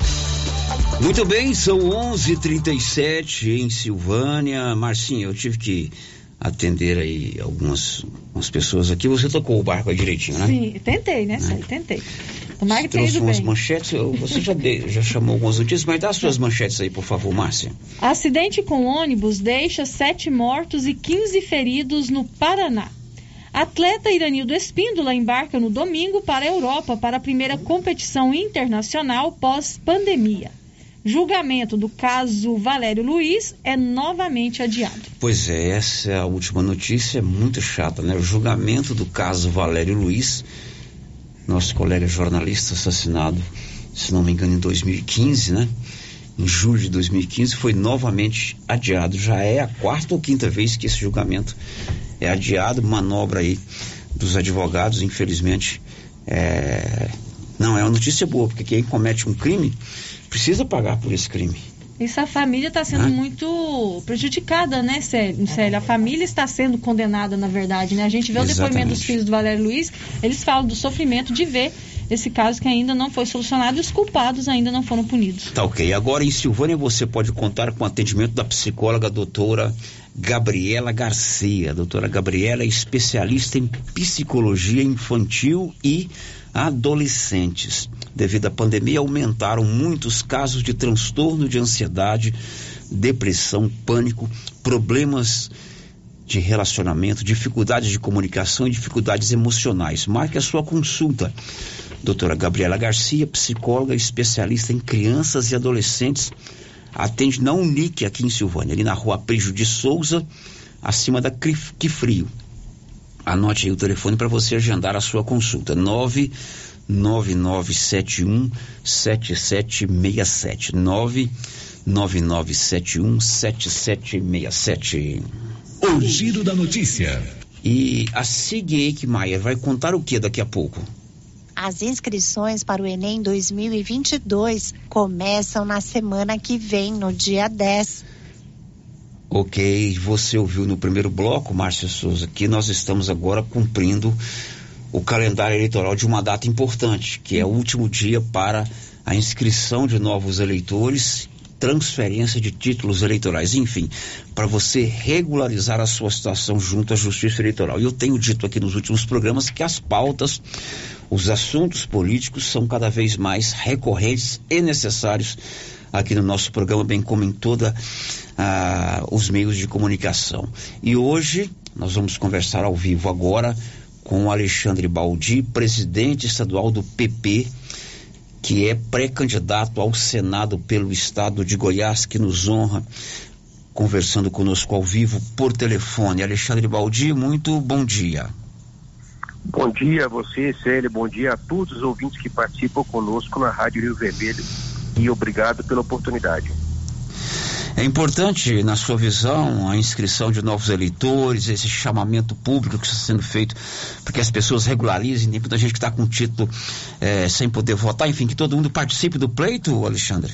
Speaker 17: Muito bem, são 11h37 em Silvânia. Marcinho, eu tive que atender aí algumas pessoas aqui. Você tocou o barco aí direitinho, né?
Speaker 7: Sim, tentei, né? Tentei. Tomara que tenha ido
Speaker 17: umas
Speaker 7: bem.
Speaker 17: manchetes, você já chamou algumas notícias, mas dá as suas manchetes aí, por favor, Márcia.
Speaker 7: Acidente com ônibus deixa 7 mortos e 15 feridos no Paraná. Atleta Iranildo Espíndola embarca no domingo para a Europa para a primeira competição internacional pós-pandemia. Julgamento do caso Valério Luiz é novamente adiado.
Speaker 17: Pois é, essa é a última notícia, é muito chata, né? O julgamento do caso Valério Luiz, nosso colega jornalista assassinado, se não me engano, em 2015, né? Em julho de 2015, foi novamente adiado. Já é a 4ª ou 5ª vez que esse julgamento é adiado, manobra aí dos advogados, infelizmente, não é uma notícia boa, porque quem comete um crime precisa pagar por esse crime.
Speaker 7: Essa família está sendo muito prejudicada, né, Célio? A família está sendo condenada, na verdade, né? A gente vê o depoimento dos filhos do Valério Luiz, eles falam do sofrimento de ver esse caso que ainda não foi solucionado e os culpados ainda não foram punidos.
Speaker 17: Tá ok. Agora em Silvânia você pode contar com o atendimento da psicóloga doutora Gabriela Garcia. A doutora Gabriela é especialista em psicologia infantil e adolescentes. Devido à pandemia, aumentaram muitos casos de transtorno de ansiedade depressão, pânico, problemas de relacionamento, dificuldades de comunicação e dificuldades emocionais. Marque a sua consulta. Doutora Gabriela Garcia, psicóloga especialista em crianças e adolescentes, atende na Unic aqui em Silvânia, ali na Rua Prígio de Souza, acima da Quifrio. Anote aí o telefone para você agendar a sua consulta. 99971-7767. 99971-7767.
Speaker 4: O Giro da Notícia.
Speaker 17: E a Sig Eichmeier vai contar o que daqui a pouco?
Speaker 3: As inscrições para o Enem 2022 começam na semana que vem, no dia 10.
Speaker 17: Ok, você ouviu no primeiro bloco, Márcia Souza, que nós estamos agora cumprindo o calendário eleitoral de uma data importante, que é o último dia para a inscrição de novos eleitores, transferência de títulos eleitorais, enfim, para você regularizar a sua situação junto à Justiça Eleitoral. E eu tenho dito aqui nos últimos programas que as pautas, os assuntos políticos são cada vez mais recorrentes e necessários aqui no nosso programa, bem como em toda os meios de comunicação. E hoje nós vamos conversar ao vivo agora com o Alexandre Baldi, presidente estadual do PP, que é pré-candidato ao Senado pelo estado de Goiás, que nos honra conversando conosco ao vivo por telefone. Alexandre Baldi, muito bom dia.
Speaker 10: Bom dia a você, Célio, bom dia a todos os ouvintes que participam conosco na Rádio Rio Vermelho e obrigado pela oportunidade.
Speaker 17: É importante, na sua visão, a inscrição de novos eleitores, esse chamamento público que está sendo feito para que as pessoas regularizem, tem muita gente que está com título sem poder votar, enfim, que todo mundo participe do pleito, Alexandre?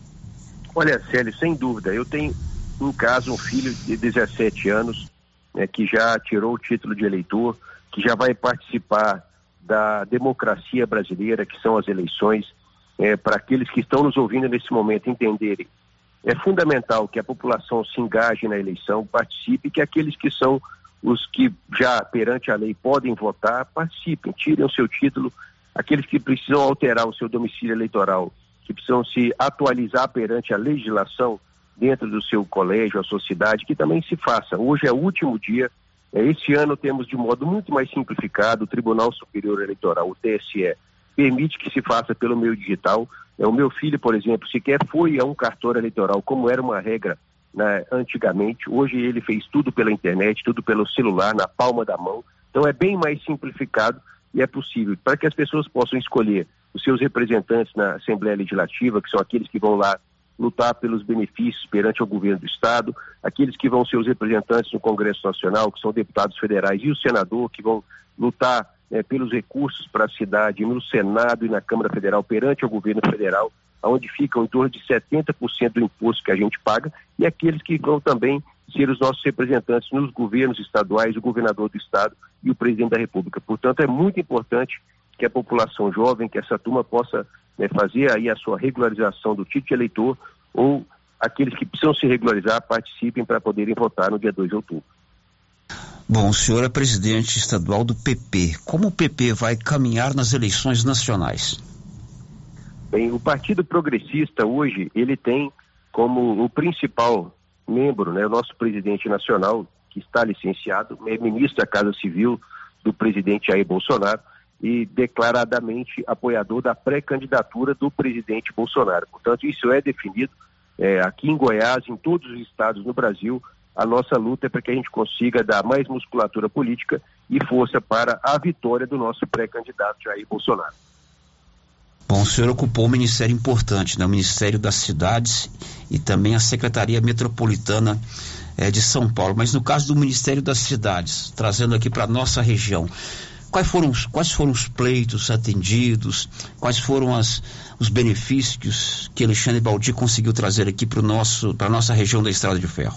Speaker 10: Olha, Célio, sem dúvida, eu tenho em casa um filho de 17 anos que já tirou o título de eleitor, que já vai participar da democracia brasileira, que são as eleições, para aqueles que estão nos ouvindo nesse momento entenderem. É fundamental que a população se engaje na eleição, participe, que aqueles que são os que já perante a lei podem votar, participem, tirem o seu título, aqueles que precisam alterar o seu domicílio eleitoral, que precisam se atualizar perante a legislação dentro do seu colégio, a sua cidade, que também se faça. Hoje é o último dia, esse ano temos de modo muito mais simplificado, o Tribunal Superior Eleitoral, o TSE, permite que se faça pelo meio digital. O meu filho, por exemplo, sequer foi a um cartório eleitoral, como era uma regra antigamente. Hoje ele fez tudo pela internet, tudo pelo celular, na palma da mão. Então é bem mais simplificado e é possível para que as pessoas possam escolher os seus representantes na Assembleia Legislativa, que são aqueles que vão lá lutar pelos benefícios perante o governo do Estado, aqueles que vão ser os representantes no Congresso Nacional, que são deputados federais, e o senador, que vão lutar pelos recursos para a cidade no Senado e na Câmara Federal perante o governo federal, onde ficam em torno de 70% do imposto que a gente paga, e aqueles que vão também ser os nossos representantes nos governos estaduais, o governador do estado e o presidente da República. Portanto, é muito importante que a população jovem, que essa turma possa fazer aí a sua regularização do título de eleitor, ou aqueles que precisam se regularizar participem para poderem votar no dia 2 de outubro.
Speaker 17: Bom, o senhor é presidente estadual do PP. Como o PP vai caminhar nas eleições nacionais?
Speaker 10: Bem, o Partido Progressista hoje, ele tem como o principal membro, o nosso presidente nacional, que está licenciado, é ministro da Casa Civil do presidente Jair Bolsonaro e declaradamente apoiador da pré-candidatura do presidente Bolsonaro. Portanto, isso é definido aqui em Goiás, em todos os estados no Brasil. A nossa luta é para que a gente consiga dar mais musculatura política e força para a vitória do nosso pré-candidato Jair Bolsonaro.
Speaker 17: Bom, o senhor ocupou um ministério importante, o Ministério das Cidades e também a Secretaria Metropolitana de São Paulo. Mas no caso do Ministério das Cidades, trazendo aqui para a nossa região, quais foram os pleitos atendidos, quais foram os benefícios que Alexandre Baldi conseguiu trazer aqui para a nossa região da Estrada de Ferro?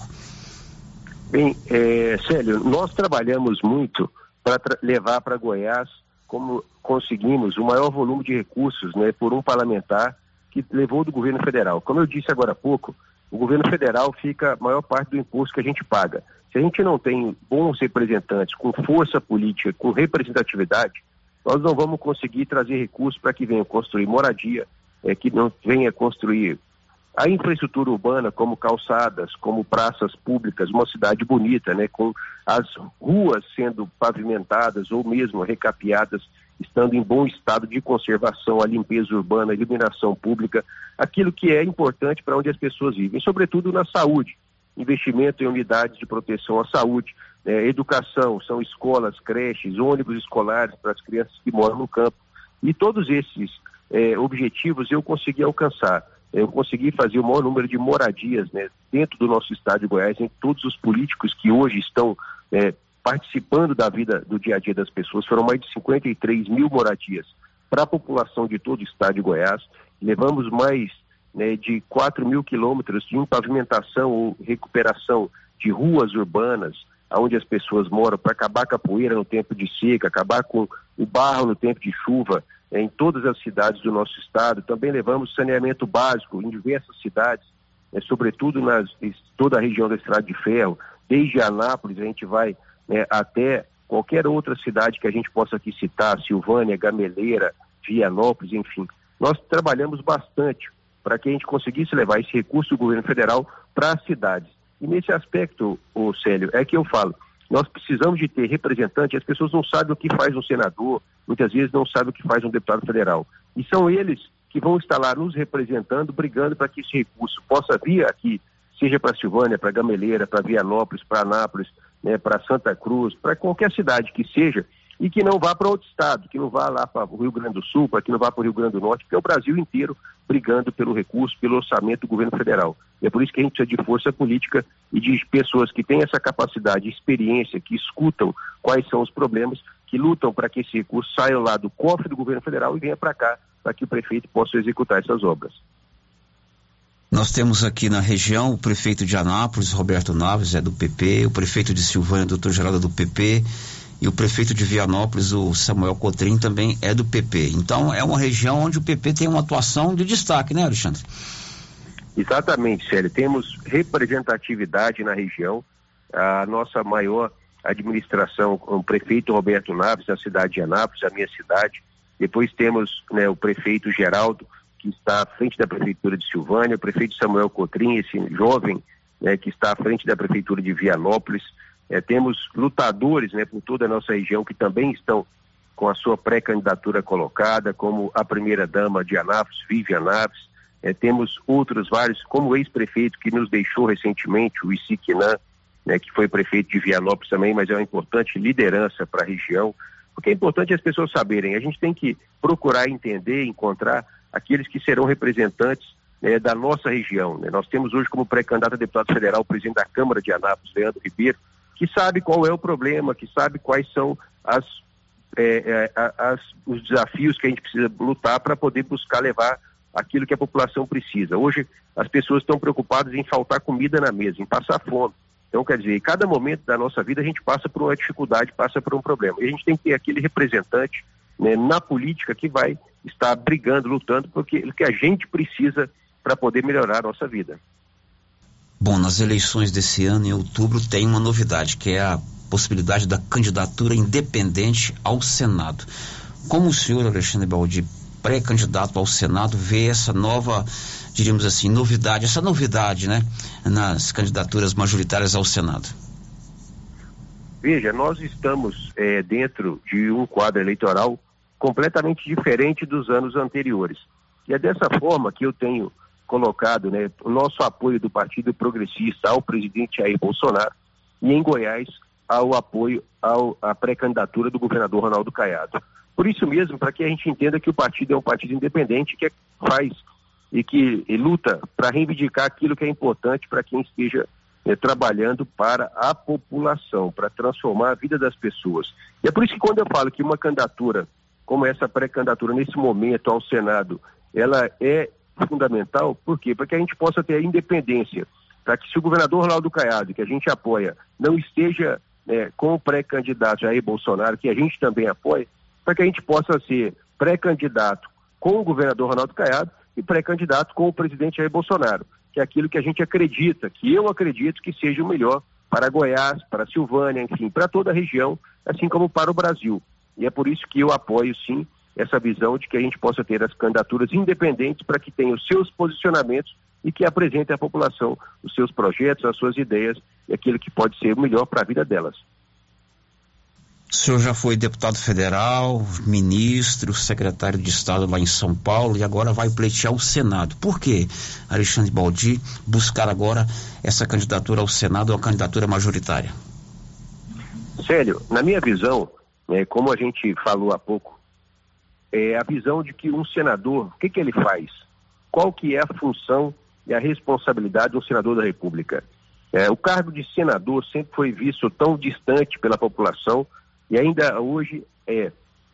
Speaker 10: Bem, Célio, nós trabalhamos muito para levar para Goiás, como conseguimos, o maior volume de recursos, por um parlamentar que levou do governo federal. Como eu disse agora há pouco, o governo federal fica a maior parte do imposto que a gente paga. Se a gente não tem bons representantes com força política, com representatividade, nós não vamos conseguir trazer recursos para que venham construir moradia, que não venha construir a infraestrutura urbana, como calçadas, como praças públicas, uma cidade bonita, né, com as ruas sendo pavimentadas ou mesmo recapeadas, estando em bom estado de conservação, a limpeza urbana, a iluminação pública, aquilo que é importante para onde as pessoas vivem, sobretudo na saúde, investimento em unidades de proteção à saúde, educação, são escolas, creches, ônibus escolares para as crianças que moram no campo, e todos esses objetivos eu consegui alcançar. Eu consegui fazer o maior número de moradias, né, dentro do nosso estado de Goiás, em todos os políticos que hoje estão participando da vida, do dia a dia das pessoas. Foram mais de 53 mil moradias para a população de todo o estado de Goiás. Levamos mais, né, de 4 mil quilômetros de pavimentação ou recuperação de ruas urbanas, onde as pessoas moram, para acabar com a poeira no tempo de seca, acabar com o barro no tempo de chuva, em todas as cidades do nosso estado. Também levamos saneamento básico em diversas cidades, sobretudo toda a região da Estrada de Ferro, desde Anápolis, a gente vai até qualquer outra cidade que a gente possa aqui citar, Silvânia, Gameleira, Vianópolis, enfim. Nós trabalhamos bastante para que a gente conseguisse levar esse recurso do governo federal para as cidades. E nesse aspecto, Célio, é que eu falo, nós precisamos de ter representante. As pessoas não sabem o que faz um senador, muitas vezes não sabem o que faz um deputado federal. E são eles que vão estar lá nos representando, brigando para que esse recurso possa vir aqui, seja para Silvânia, para Gameleira, para Vianópolis, para Anápolis, né, para Santa Cruz, para qualquer cidade que seja, e que não vá para outro estado, que não vá lá para o Rio Grande do Sul, para que não vá para o Rio Grande do Norte, porque é o Brasil inteiro brigando pelo recurso, pelo orçamento do governo federal. É por isso que a gente precisa de força política e de pessoas que têm essa capacidade, experiência, que escutam quais são os problemas, que lutam para que esse recurso saia lá do cofre do governo federal e venha para cá, para que o prefeito possa executar essas obras.
Speaker 17: Nós temos aqui na região o prefeito de Anápolis, Roberto Naves, é do PP, o prefeito de Silvânia, doutor Geraldo, é do PP, e o prefeito de Vianópolis, o Samuel Cotrim, também é do PP. Então, é uma região onde o PP tem uma atuação de destaque, né, Alexandre?
Speaker 10: Exatamente, Célio. Temos representatividade na região. A nossa maior administração, o prefeito Roberto Naves, na cidade de Anápolis, a minha cidade. Depois temos, né, o prefeito Geraldo, que está à frente da prefeitura de Silvânia, o prefeito Samuel Cotrim, esse jovem, né, que está à frente da prefeitura de Vianópolis. Temos lutadores, né, por toda a nossa região que também estão com a sua pré-candidatura colocada, como a primeira-dama de Anápolis, Vivian Naves. Temos outros vários, como o ex-prefeito que nos deixou recentemente, o Isiquinan, né, que foi prefeito de Vianópolis também, mas é uma importante liderança para a região, porque é importante as pessoas saberem, a gente tem que procurar entender, encontrar aqueles que serão representantes, né, da nossa região, né? Nós temos hoje como pré-candidato a deputado federal o presidente da Câmara de Anápolis, Leandro Ribeiro, que sabe qual é o problema, que sabe quais são os desafios que a gente precisa lutar para poder buscar levar aquilo que a população precisa. Hoje as pessoas estão preocupadas em faltar comida na mesa, em passar fome. Então, quer dizer, em cada momento da nossa vida a gente passa por uma dificuldade, passa por um problema. E a gente tem que ter aquele representante, né, na política que vai estar brigando, lutando porque o que a gente precisa para poder melhorar a nossa vida.
Speaker 17: Bom, nas eleições desse ano, em outubro, tem uma novidade, que é a possibilidade da candidatura independente ao Senado. Como o senhor, Alexandre Baldi, pré-candidato ao Senado, vê essa nova, diríamos assim, novidade, né, nas candidaturas majoritárias ao Senado?
Speaker 10: Veja, nós estamos dentro de um quadro eleitoral completamente diferente dos anos anteriores. E é dessa forma que eu tenho colocado, né, o nosso apoio do Partido Progressista ao presidente Jair Bolsonaro e em Goiás ao apoio à pré-candidatura do governador Ronaldo Caiado. Por isso mesmo, para que a gente entenda que o partido é um partido independente que faz e que luta para reivindicar aquilo que é importante para quem esteja trabalhando para a população, para transformar a vida das pessoas. E é por isso que quando eu falo que uma candidatura como essa pré-candidatura nesse momento ao Senado, ela é fundamental, por quê? Para que a gente possa ter a independência, para que se o governador Ronaldo Caiado, que a gente apoia, não esteja com o pré-candidato Jair Bolsonaro, que a gente também apoia, para que a gente possa ser pré-candidato com o governador Ronaldo Caiado e pré-candidato com o presidente Jair Bolsonaro, que é aquilo que a gente acredita, que eu acredito que seja o melhor para Goiás, para Silvânia, enfim, para toda a região, assim como para o Brasil. E é por isso que eu apoio, sim, essa visão de que a gente possa ter as candidaturas independentes para que tenham os seus posicionamentos e que apresente à população os seus projetos, as suas ideias e aquilo que pode ser o melhor para a vida delas.
Speaker 17: O senhor já foi deputado federal, ministro, secretário de Estado lá em São Paulo e agora vai pleitear o Senado. Por que Alexandre Baldi buscar agora essa candidatura ao Senado, uma candidatura majoritária?
Speaker 10: Célio, na minha visão, como a gente falou há pouco, é a visão de que um senador, o que ele faz? Qual que é a função e a responsabilidade de um senador da República? O cargo de senador sempre foi visto tão distante pela população e ainda hoje é.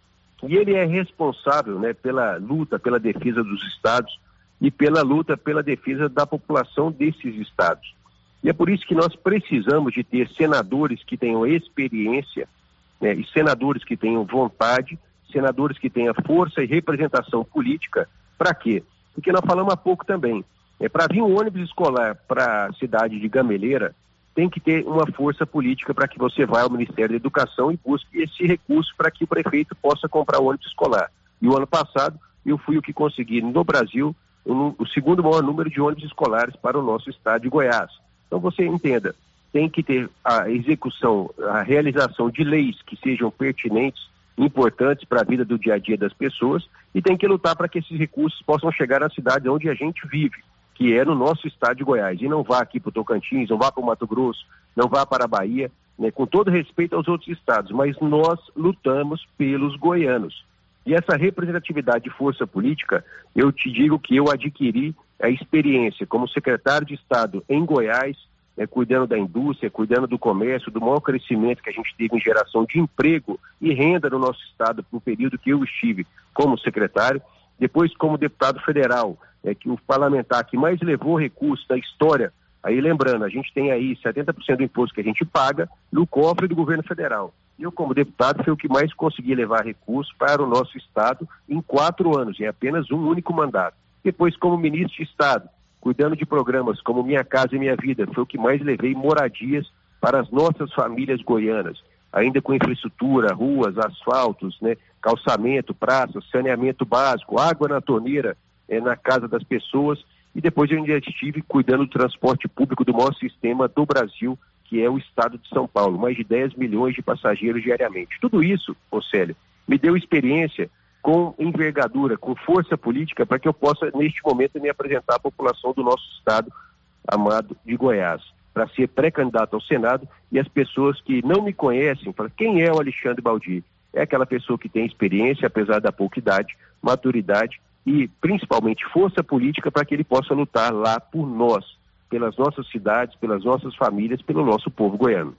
Speaker 10: E ele é responsável, pela luta, pela defesa dos estados e pela luta, pela defesa da população desses estados. E é por isso que nós precisamos de ter senadores que tenham experiência, e senadores que tenham vontade, senadores que tenham força e representação política. Para quê? Porque nós falamos há pouco também. Para vir um ônibus escolar para a cidade de Gameleira, tem que ter uma força política para que você vá ao Ministério da Educação e busque esse recurso para que o prefeito possa comprar o ônibus escolar. E o ano passado, eu fui o que consegui no Brasil o segundo maior número de ônibus escolares para o nosso estado de Goiás. Então você entenda, tem que ter a execução, a realização de leis que sejam pertinentes, importantes para a vida do dia a dia das pessoas e tem que lutar para que esses recursos possam chegar na cidade onde a gente vive, que é no nosso estado de Goiás. E não vá aqui para o Tocantins, não vá para o Mato Grosso, não vá para a Bahia, com todo respeito aos outros estados, mas nós lutamos pelos goianos. E essa representatividade de força política, eu te digo que eu adquiri a experiência como secretário de Estado em Goiás, cuidando da indústria, cuidando do comércio, do maior crescimento que a gente teve em geração de emprego e renda no nosso estado no período que eu estive como secretário, depois como deputado federal, que o parlamentar que mais levou recursos da história, aí lembrando, a gente tem aí 70% do imposto que a gente paga no cofre do governo federal. Eu, como deputado, fui o que mais consegui levar recursos para o nosso estado em 4 anos, em apenas um único mandato. Depois, como ministro de Estado, cuidando de programas como Minha Casa e Minha Vida, foi o que mais levei moradias para as nossas famílias goianas, ainda com infraestrutura, ruas, asfaltos, calçamento, praças, saneamento básico, água na torneira na casa das pessoas, e depois eu ainda estive cuidando do transporte público do maior sistema do Brasil, que é o estado de São Paulo, mais de 10 milhões de passageiros diariamente. Tudo isso, Célio, me deu experiência com envergadura, com força política, para que eu possa, neste momento, me apresentar à população do nosso estado amado de Goiás, para ser pré-candidato ao Senado, e as pessoas que não me conhecem, falam, quem é o Alexandre Baldi? É aquela pessoa que tem experiência, apesar da pouca idade, maturidade e, principalmente, força política para que ele possa lutar lá por nós, pelas nossas cidades, pelas nossas famílias, pelo nosso povo goiano.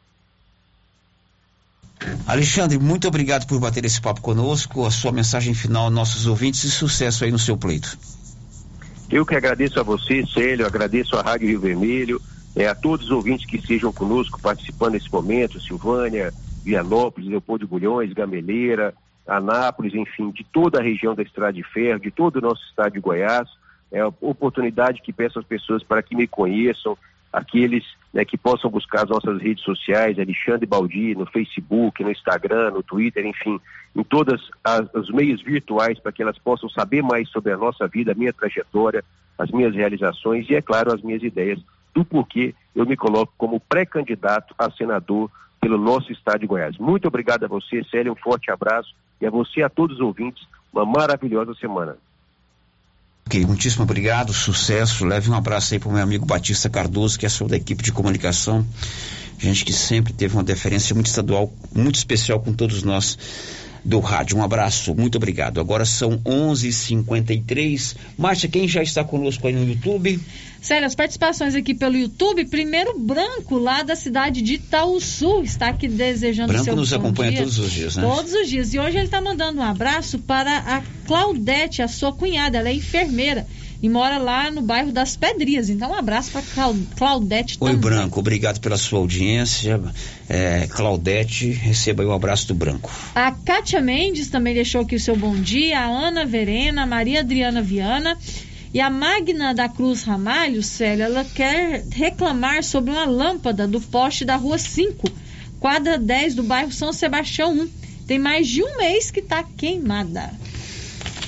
Speaker 17: Alexandre, muito obrigado por bater esse papo conosco, a sua mensagem final aos nossos ouvintes e sucesso aí no seu pleito.
Speaker 10: Eu que agradeço a você, Célio, agradeço à Rádio Rio Vermelho, a todos os ouvintes que estejam conosco participando nesse momento, Silvânia, Vianópolis, Leopoldo de Bulhões, Gameleira, Anápolis, enfim, de toda a região da Estrada de Ferro, de todo o nosso estado de Goiás. É a oportunidade que peço às pessoas para que me conheçam, aqueles que possam buscar as nossas redes sociais, Alexandre Baldi, no Facebook, no Instagram, no Twitter, enfim, em todos os meios virtuais, para que elas possam saber mais sobre a nossa vida, a minha trajetória, as minhas realizações e, é claro, as minhas ideias do porquê eu me coloco como pré-candidato a senador pelo nosso estado de Goiás. Muito obrigado a você, Célio, um forte abraço, e a você e a todos os ouvintes, uma maravilhosa semana.
Speaker 17: Ok, muitíssimo obrigado, sucesso, leve um abraço aí para o meu amigo Batista Cardoso, que é da equipe de comunicação, gente que sempre teve uma deferência muito estadual, muito especial com todos nós do rádio. Um abraço, muito obrigado. Agora são 11h53. Márcia, quem já está conosco aí no YouTube?
Speaker 7: Célio, as participações aqui pelo YouTube. Primeiro, Branco, lá da cidade de Itaúsu, está aqui desejando
Speaker 17: Branco
Speaker 7: seu
Speaker 17: nos
Speaker 7: bom
Speaker 17: acompanha
Speaker 7: dia.
Speaker 17: todos os dias, né?
Speaker 7: Todos os dias. E hoje ele está mandando um abraço para a Claudete, a sua cunhada. Ela é enfermeira e mora lá no bairro das Pedrinhas. Então, um abraço para Claudete também.
Speaker 17: Oi, Branco, obrigado pela sua audiência. Claudete, receba aí o abraço do Branco.
Speaker 7: A Kátia Mendes também deixou aqui o seu bom dia. A Ana Verena, a Maria Adriana Viana. E a Magna da Cruz Ramalho, Célia, ela quer reclamar sobre uma lâmpada do poste da Rua 5, quadra 10 do bairro São Sebastião 1. Tem mais de um mês que está queimada.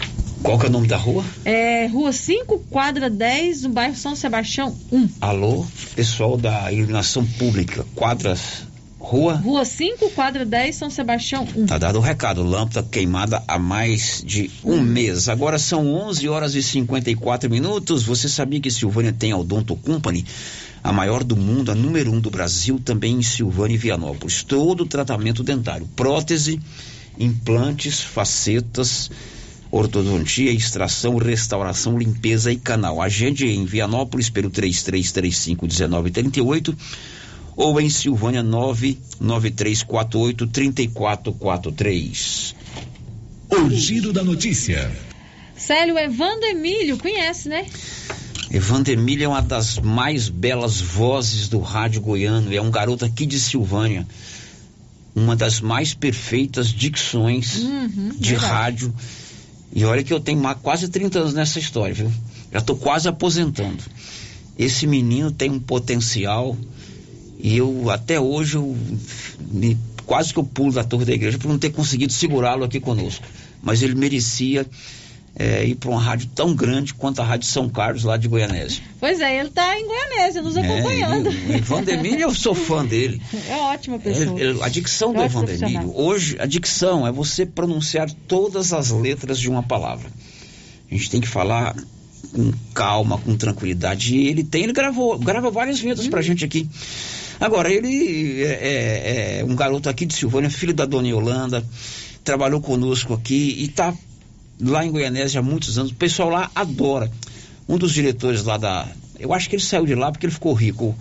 Speaker 17: Qual que é o nome da rua?
Speaker 7: Rua 5, quadra 10, no bairro São Sebastião 1.
Speaker 17: Alô, pessoal da iluminação pública, Rua 5, quadra 10, São Sebastião 1. Tá dado o recado, lâmpada queimada há mais de um mês. Agora são 11h54. Você sabia que Silvânia tem a Odonto Company? A maior do mundo, a número 1 do Brasil, também em Silvânia e Vianópolis. Todo o tratamento dentário, prótese, implantes, facetas, ortodontia, extração, restauração, limpeza e canal. Agende em Vianópolis pelo 33351938 ou em Silvânia 99348-3443.
Speaker 4: O Giro da Notícia.
Speaker 7: Célio, Evandro Emílio, conhece, né?
Speaker 17: Evandro Emílio é uma das mais belas vozes do rádio goiano, é um garoto aqui de Silvânia, uma das mais perfeitas dicções de rádio, e olha que eu tenho quase 30 anos nessa história, viu? Já estou quase aposentando. Esse menino tem um potencial, e eu até hoje quase que eu pulo da torre da igreja por não ter conseguido segurá-lo aqui conosco, mas ele merecia ir para uma rádio tão grande quanto a Rádio São Carlos lá de Goianésia.
Speaker 7: Pois é, ele está em Goianésia nos acompanhando.
Speaker 17: O Evandro Emílio, eu sou fã dele.
Speaker 7: É ótima pessoa.
Speaker 17: A dicção do Evandro Emílio, hoje a dicção é você pronunciar todas as letras de uma palavra. A gente tem que falar com calma, com tranquilidade, e ele grava várias letras pra gente aqui. Agora, ele é um garoto aqui de Silvânia, filho da dona Yolanda, trabalhou conosco aqui e tá lá em Goianésia há muitos anos. O pessoal lá adora. Um dos diretores lá eu acho que ele saiu de lá porque ele ficou rico,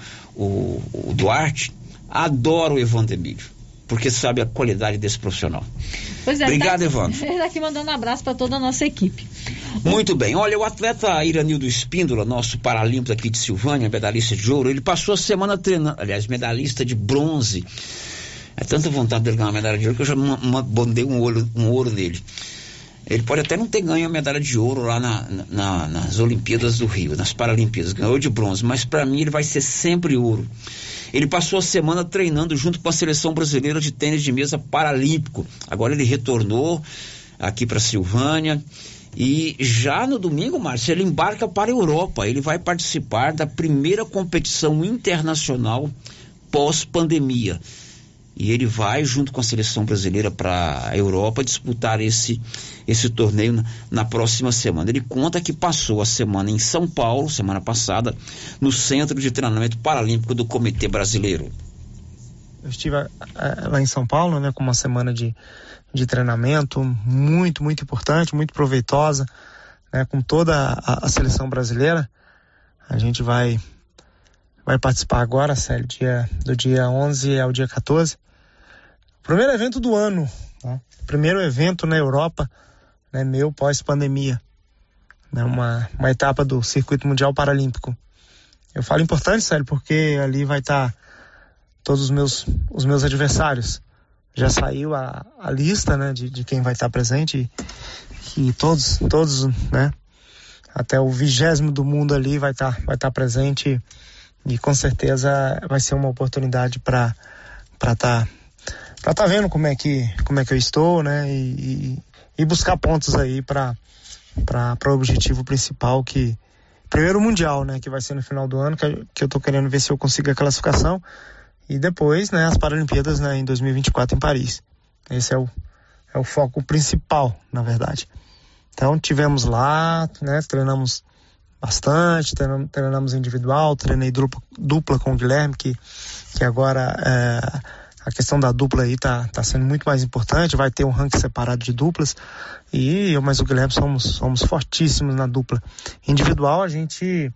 Speaker 17: o Duarte, adora o Evandro Emílio, porque sabe a qualidade desse profissional.
Speaker 7: Pois é.
Speaker 17: Obrigado, Evandro.
Speaker 7: Ele tá aqui mandando um abraço para toda a nossa equipe.
Speaker 17: Muito bem. Olha, o atleta Iranildo Espíndola, nosso paralímpico aqui de Silvânia, medalhista de ouro, ele passou a semana treinando, aliás, medalhista de bronze. É tanta vontade dele ganhar uma medalha de ouro que eu já botei um ouro nele. Ele pode até não ter ganho a medalha de ouro lá nas Olimpíadas do Rio, nas Paralimpíadas, ganhou de bronze, mas para mim ele vai ser sempre ouro. Ele passou a semana treinando junto com a seleção brasileira de tênis de mesa paralímpico. Agora ele retornou aqui para Silvânia e já no domingo, Márcio, ele embarca para a Europa. Ele vai participar da primeira competição internacional pós-pandemia. E ele vai, junto com a seleção brasileira, para a Europa disputar esse torneio na próxima semana. Ele conta que passou a semana em São Paulo, semana passada, no Centro de Treinamento Paralímpico do Comitê Brasileiro.
Speaker 18: Eu estive lá em São Paulo, né, com uma semana de treinamento muito, muito importante, muito proveitosa, né, com toda a seleção brasileira. A gente vai participar agora, Célio, do dia 11 ao dia 14. Primeiro evento do ano, né? Primeiro evento na Europa, né, meu pós-pandemia, né, uma etapa do Circuito Mundial Paralímpico. Eu falo importante, Célio, porque ali vai estar todos os meus adversários. Já saiu a lista, né, de quem vai estar presente e todos, né, até o 20º do mundo ali vai estar presente. E com certeza vai ser uma oportunidade para tá vendo como é que eu estou, né? E buscar pontos aí para o objetivo principal, que primeiro o Mundial, né? Que vai ser no final do ano, que eu tô querendo ver se eu consigo a classificação, e depois, né? As Paralimpíadas, né? Em 2024 em Paris. Esse é o foco principal, na verdade. Então tivemos lá, né? Treinamos bastante, treinamos individual, treinei dupla com o Guilherme, que agora a questão da dupla aí tá sendo muito mais importante, vai ter um ranking separado de duplas, e eu mais o Guilherme somos fortíssimos na dupla. Individual a gente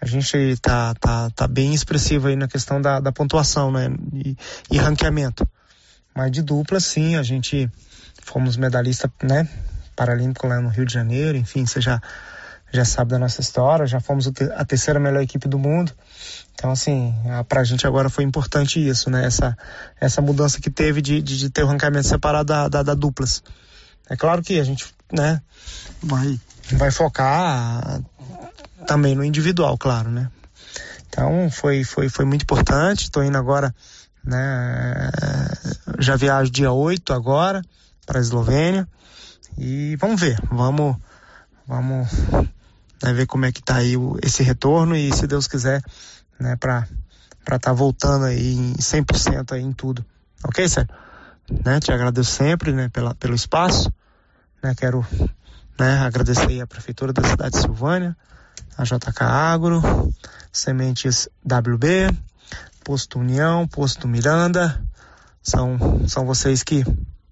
Speaker 18: tá bem expressivo aí na questão da pontuação, né, e ranqueamento, mas de dupla sim, a gente fomos medalhista, né, paralímpico lá no Rio de Janeiro, enfim, você já sabe da nossa história, já fomos a terceira melhor equipe do mundo. Então, assim, pra gente agora foi importante isso, né? Essa mudança que teve de ter o ranqueamento separado da duplas. É claro que a gente, né, vai focar também no individual, claro, né? Então, foi muito importante. Tô indo agora, né, já viajo dia 8 agora para a Eslovênia. E vamos ver, vamos Vamos, né, ver como é que tá aí esse retorno e, se Deus quiser, né, para tá voltando aí em 100% aí em tudo. Ok, Sérgio? Né, te agradeço sempre, né, pelo espaço, né, quero, né, agradecer aí a Prefeitura da cidade de Silvânia, a JK Agro, Sementes WB, Posto União, Posto Miranda, são vocês que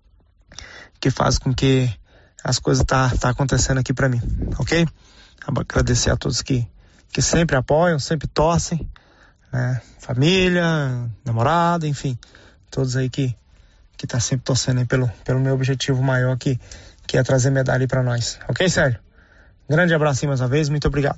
Speaker 18: fazem com que as coisas tá acontecendo aqui para mim, ok? Agradecer a todos que sempre apoiam, sempre torcem, né? Família, namorada, enfim, todos aí que tá sempre torcendo aí pelo meu objetivo maior, que é trazer medalha aí para nós, ok, Sérgio? Grande abraço mais uma vez, muito obrigado.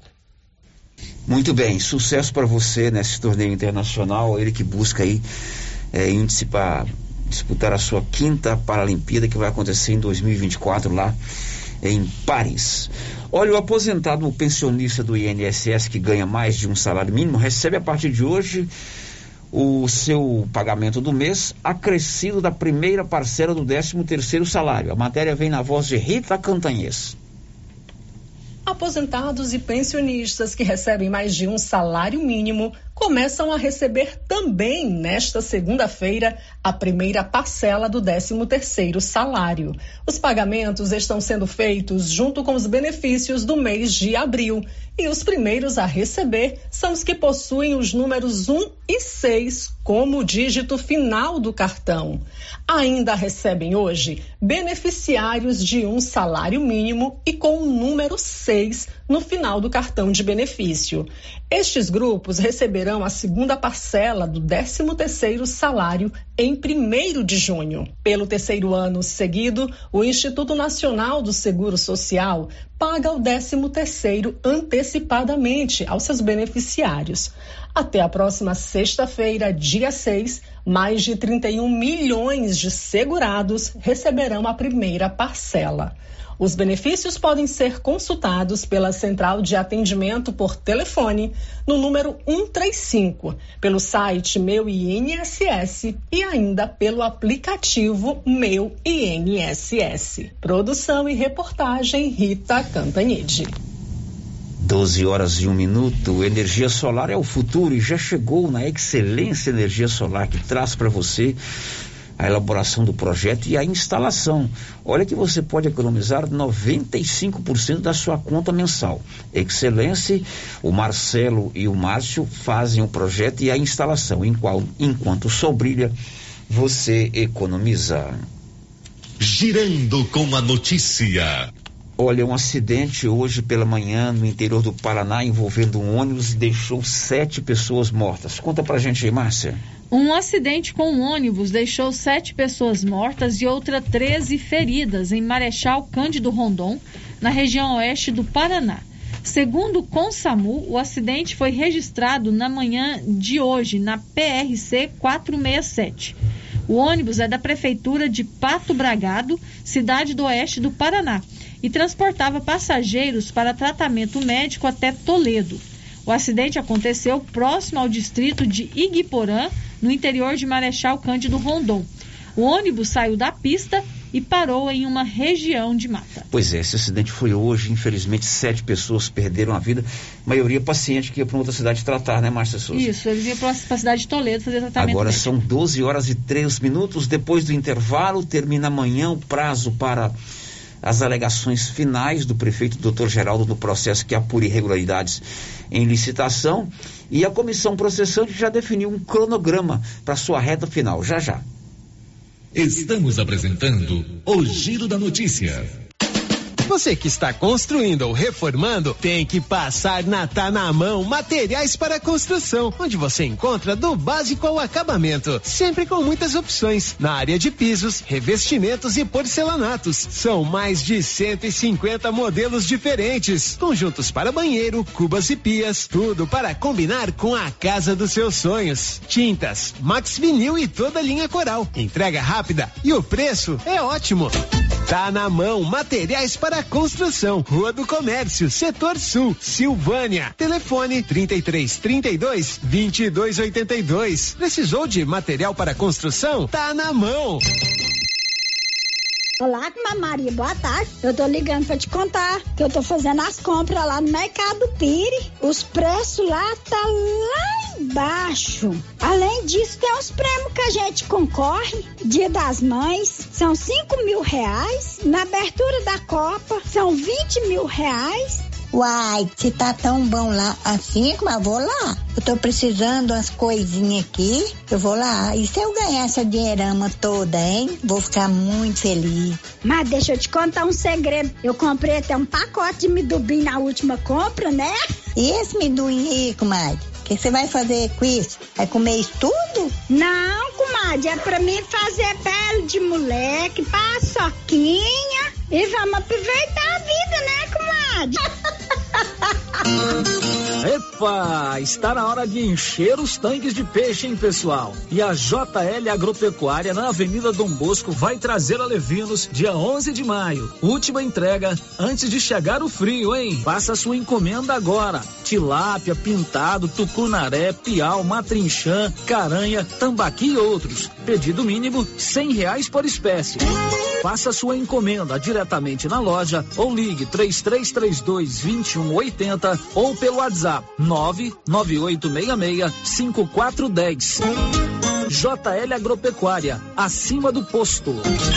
Speaker 17: Muito bem, sucesso para você nesse torneio internacional, ele que busca aí índice para disputar a sua 5ª Paralimpíada, que vai acontecer em 2024 lá em Paris. Olha, o aposentado ou pensionista do INSS que ganha mais de um salário mínimo recebe a partir de hoje o seu pagamento do mês acrescido da primeira parcela do 13º salário. A matéria vem na voz de Rita Cantanhês.
Speaker 1: Aposentados e pensionistas que recebem mais de um salário mínimo começam a receber também nesta segunda-feira a primeira parcela do 13º salário. Os pagamentos estão sendo feitos junto com os benefícios do mês de abril e os primeiros a receber são os que possuem os números 1 e 6 como dígito final do cartão. Ainda recebem hoje beneficiários de um salário mínimo e com o número 6 no final do cartão de benefício. Estes grupos receberão a segunda parcela do 13º salário em 1º de junho. Pelo 3º ano seguido, o Instituto Nacional do Seguro Social paga o 13º antecipadamente aos seus beneficiários. Até a próxima sexta-feira, dia 6, mais de 31 milhões de segurados receberão a primeira parcela. Os benefícios podem ser consultados pela Central de Atendimento por telefone no número 135, pelo site Meu INSS e ainda pelo aplicativo Meu INSS. Produção e reportagem Rita Cantanhede.
Speaker 17: 12h01. Energia solar é o futuro e já chegou na Excelência Energia Solar, que traz para você a elaboração do projeto e a instalação. Olha que você pode economizar 95% da sua conta mensal. Excelência, o Marcelo e o Márcio fazem o projeto e a instalação, enquanto o sol brilha, você economiza.
Speaker 4: Girando com a notícia.
Speaker 17: Olha, um acidente hoje pela manhã no interior do Paraná envolvendo um ônibus e deixou 7 pessoas mortas. Conta pra gente aí, Márcia.
Speaker 7: Um acidente com um ônibus deixou 7 pessoas mortas e outras 13 feridas em Marechal Cândido Rondon, na região oeste do Paraná. Segundo o Consamu, o acidente foi registrado na manhã de hoje, na PRC 467. O ônibus é da Prefeitura de Pato Bragado, cidade do oeste do Paraná, e transportava passageiros para tratamento médico até Toledo. O acidente aconteceu próximo ao distrito de Iguiporã, no interior de Marechal Cândido Rondon. O ônibus saiu da pista e parou em uma região de mata.
Speaker 17: Pois é, esse acidente foi hoje. Infelizmente, 7 pessoas perderam a vida. A maioria paciente que ia para outra cidade tratar, né, Márcia Souza?
Speaker 7: Isso, eles iam para a cidade de Toledo fazer tratamento
Speaker 17: Agora
Speaker 7: médico.
Speaker 17: São 12h03. Depois do intervalo, termina amanhã o prazo para as alegações finais do prefeito Dr. Geraldo no processo que apura irregularidades em licitação, e a comissão processante já definiu um cronograma para sua reta final. Já.
Speaker 4: Estamos apresentando o Giro da Notícia.
Speaker 19: Você que está construindo ou reformando, tem que passar na Tá na Mão Materiais para Construção, onde você encontra do básico ao acabamento, sempre com muitas opções na área de pisos, revestimentos e porcelanatos. São mais de 150 modelos diferentes, conjuntos para banheiro, cubas e pias, tudo para combinar com a casa dos seus sonhos. Tintas, Max Vinil e toda a linha Coral. Entrega rápida e o preço é ótimo. Tá na Mão Materiais para Construção, Rua do Comércio, Setor Sul, Silvânia. Telefone 3332-2282. Precisou de material para construção? Tá na mão.
Speaker 8: Olá, Maria, boa tarde. Eu tô ligando pra te contar que eu tô fazendo as compras lá no Mercado Pires. Os preços lá tá lá embaixo. Além disso, tem os prêmios que a gente concorre. Dia das Mães, são R$5.000. Na abertura da Copa, são R$20.000.
Speaker 20: Uai, se tá tão bom lá assim, mas eu vou lá. Eu tô precisando umas coisinhas aqui, eu vou lá. E se eu ganhar essa dinheirama toda, hein? Vou ficar muito feliz.
Speaker 8: Mas deixa eu te contar um segredo. Eu comprei até um pacote de midubim na última compra, né?
Speaker 20: E esse midubim aí, comadre? O que você vai fazer com isso? Vai comer isso tudo?
Speaker 8: Não, comadre, é pra mim fazer pele de moleque, paçoquinha e vamos aproveitar a vida, né, comadre?
Speaker 13: Epa, está na hora de encher os tanques de peixe, hein, pessoal? E a JL Agropecuária na Avenida Dom Bosco vai trazer a Levinos dia 11 de maio. Última entrega antes de chegar o frio, hein? Faça sua encomenda agora. Tilápia, pintado, tucunaré, piau, matrinchã, caranha, tambaqui e outros. Pedido mínimo R$100 por espécie. Faça sua encomenda diretamente na loja ou ligue 3332-2180 ou pelo WhatsApp 99866-5410. JL Agropecuária, acima do posto.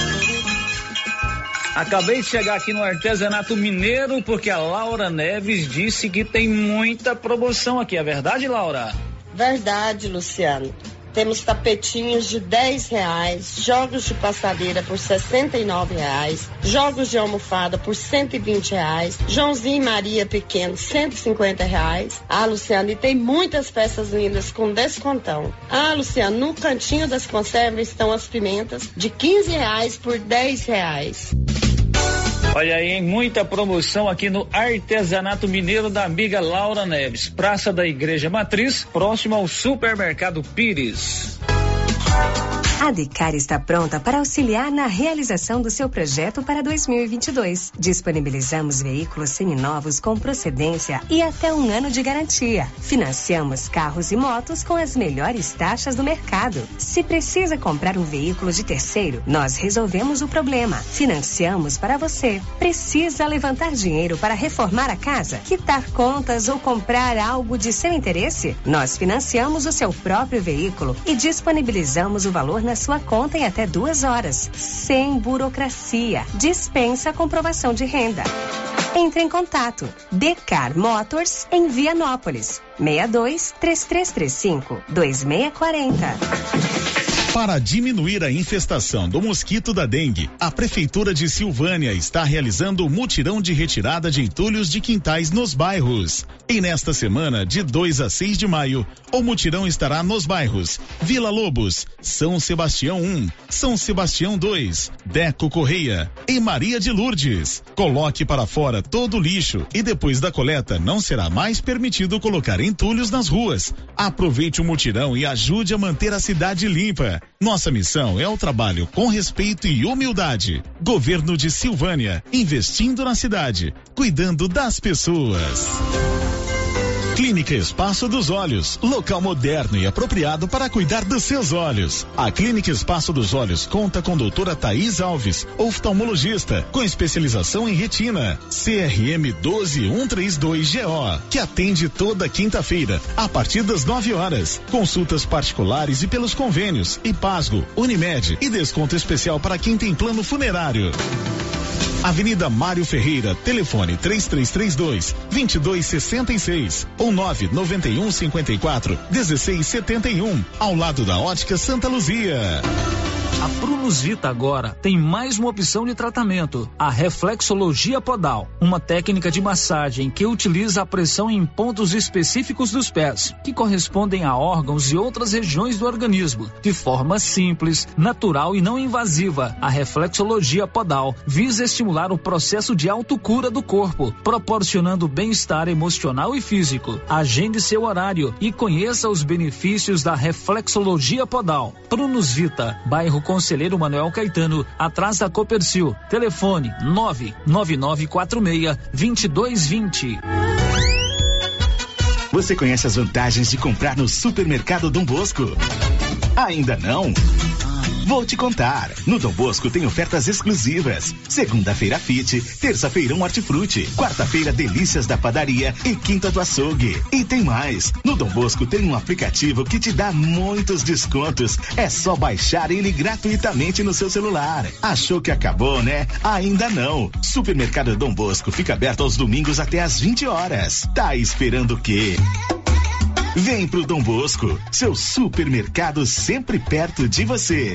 Speaker 21: Acabei de chegar aqui no Artesanato Mineiro porque a Laura Neves disse que tem muita promoção aqui. É verdade, Laura?
Speaker 22: Verdade, Luciano. Temos tapetinhos de R$10, jogos de passadeira por R$69, jogos de almofada por R$120, Joãozinho e Maria pequeno R$150. Ah, Luciano, e tem muitas peças lindas com descontão. Ah, Luciano, no cantinho das conservas estão as pimentas de R$15 por R$10.
Speaker 21: Olha aí, muita promoção aqui no Artesanato Mineiro da amiga Laura Neves, Praça da Igreja Matriz, próximo ao Supermercado Pires.
Speaker 23: A Decar está pronta para auxiliar na realização do seu projeto para 2022. Disponibilizamos veículos seminovos com procedência e até 1 ano de garantia. Financiamos carros e motos com as melhores taxas do mercado. Se precisa comprar um veículo de terceiro, nós resolvemos o problema. Financiamos para você. Precisa levantar dinheiro para reformar a casa, quitar contas ou comprar algo de seu interesse? Nós financiamos o seu próprio veículo e disponibilizamos o valor na sua conta em até 2 horas, sem burocracia. Dispensa a comprovação de renda. Entre em contato. Decar Motors em Vianópolis. 62-3335-2640.
Speaker 2: Para diminuir a infestação do mosquito da dengue, a Prefeitura de Silvânia está realizando o mutirão de retirada de entulhos de quintais nos bairros. E nesta semana, de 2 a 6 de maio, o mutirão estará nos bairros Vila Lobos, São Sebastião 1, São Sebastião 2, Deco Correia e Maria de Lourdes. Coloque para fora todo o lixo e depois da coleta não será mais permitido colocar entulhos nas ruas. Aproveite o mutirão e ajude a manter a cidade limpa. Nossa missão é o trabalho com respeito e humildade. Governo de Silvânia, investindo na cidade, cuidando das pessoas. Clínica Espaço dos Olhos, local moderno e apropriado para cuidar dos seus olhos. A Clínica Espaço dos Olhos conta com doutora Thaís Alves, oftalmologista, com especialização em retina, CRM 12132GO, que atende toda quinta-feira, a partir das 9 horas. Consultas particulares e pelos convênios, Ipasgo, Unimed e desconto especial para quem tem plano funerário. Avenida Mário Ferreira, telefone 3332-2266 ou 99154-1671, ao lado da Ótica Santa Luzia.
Speaker 13: A Prunus Vita agora tem mais uma opção de tratamento, a reflexologia podal, uma técnica de massagem que utiliza a pressão em pontos específicos dos pés, que correspondem a órgãos e outras regiões do organismo, de forma simples, natural e não invasiva. A reflexologia podal visa estimular o processo de autocura do corpo, proporcionando bem-estar emocional e físico. Agende seu horário e conheça os benefícios da reflexologia podal. Prunus Vita, bairro Conselheiro Manuel Caetano, atrás da Copercil. Telefone 99946-2220.
Speaker 2: Você conhece as vantagens de comprar no Supermercado Dom Bosco? Ainda não?
Speaker 9: Vou te contar. No Dom Bosco tem ofertas exclusivas. Segunda-feira Fit, terça-feirão Hortifruti, quarta-feira Delícias da Padaria e quinta do Açougue. E tem mais. No Dom Bosco tem um aplicativo que te dá muitos descontos. É só baixar ele gratuitamente no seu celular. Achou que acabou, né? Ainda não. Supermercado Dom Bosco fica aberto aos domingos até às 20 horas. Tá esperando o quê? Vem pro Dom Bosco, seu supermercado sempre perto de você.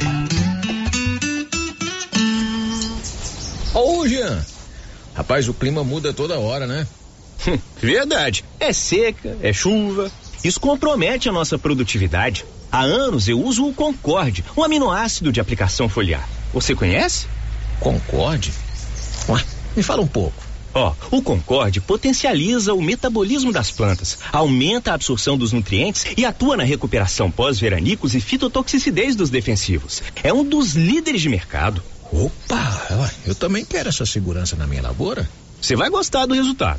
Speaker 11: Ô, Jean, rapaz, o clima muda toda hora, né?
Speaker 12: Verdade, é seca, é chuva, isso compromete a nossa produtividade. Há anos eu uso o Concorde, um aminoácido de aplicação foliar. Você conhece?
Speaker 11: Concorde? Ué, me fala um pouco.
Speaker 12: O Concorde potencializa o metabolismo das plantas, aumenta a absorção dos nutrientes e atua na recuperação pós-veranicos e fitotoxicidez dos defensivos. É um dos líderes de mercado.
Speaker 11: Opa, eu também quero essa segurança na minha lavoura.
Speaker 12: Você vai gostar do resultado.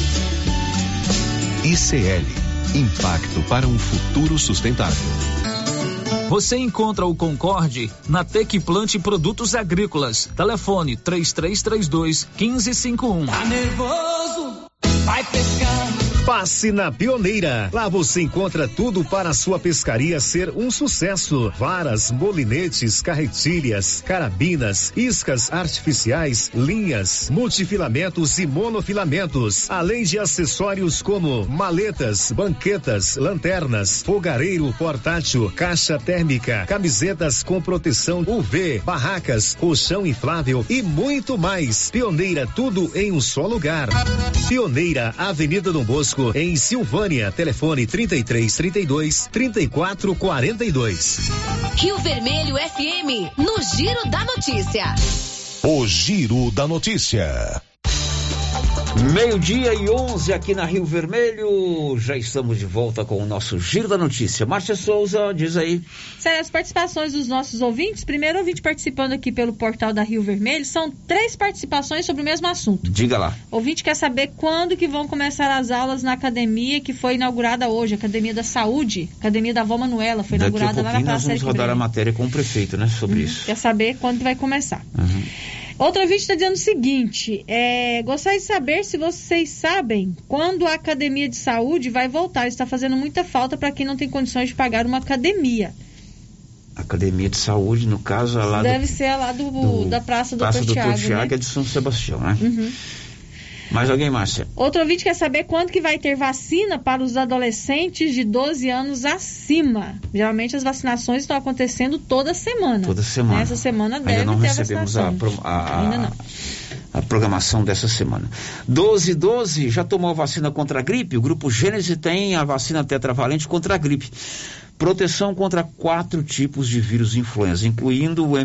Speaker 16: ICL, Impacto para um futuro sustentável.
Speaker 13: Você encontra o Concorde na Tecplant Produtos Agrícolas. Telefone 3332-1551.
Speaker 24: Tá nervoso? Vai pescar. Passe na Pioneira. Lá você encontra tudo para a sua pescaria ser um sucesso. Varas, molinetes, carretilhas, carabinas, iscas artificiais, linhas, multifilamentos e monofilamentos. Além de acessórios como maletas, banquetas, lanternas, fogareiro portátil, caixa térmica, camisetas com proteção UV, barracas, colchão inflável e muito mais. Pioneira, tudo em um só lugar. Pioneira, Avenida Dom Bosco, em Silvânia. Telefone 3332-3442.
Speaker 5: Rio Vermelho FM, no Giro da Notícia.
Speaker 16: O Giro da Notícia.
Speaker 17: 12:11 aqui na Rio Vermelho. Já estamos de volta com o nosso Giro da Notícia. Márcia Souza, diz aí.
Speaker 7: Sério, as participações dos nossos ouvintes. Primeiro ouvinte participando aqui pelo portal da Rio Vermelho. São 3 participações sobre o mesmo assunto.
Speaker 17: Diga lá.
Speaker 7: O ouvinte quer saber quando que vão começar as aulas na academia que foi inaugurada hoje, Academia da Saúde, Academia da Avó Manuela, foi inaugurada lá na Praça.
Speaker 17: Nós vamos rodar a matéria com o prefeito, né, sobre isso.
Speaker 7: Quer saber quando que vai começar. Outro ouvinte está dizendo o seguinte, gostaria de saber se vocês sabem quando a academia de saúde vai voltar. Está fazendo muita falta para quem não tem condições de pagar uma academia.
Speaker 17: Academia de saúde, no caso, é lá
Speaker 7: deve ser lá da Praça do Dr.
Speaker 17: Tiago, é de São Sebastião, né? Mais alguém, Márcia?
Speaker 7: Outro ouvinte quer saber quando que vai ter vacina para os adolescentes de 12 anos acima. Geralmente as vacinações estão acontecendo toda semana.
Speaker 17: Toda semana.
Speaker 7: Nessa semana deve
Speaker 17: ter
Speaker 7: vacinação.
Speaker 17: Ainda não recebemos ainda não. A programação dessa semana. 12:12, já tomou a vacina contra a gripe? O Grupo Gênese tem a vacina tetravalente contra a gripe. Proteção contra 4 tipos de vírus influenza, incluindo o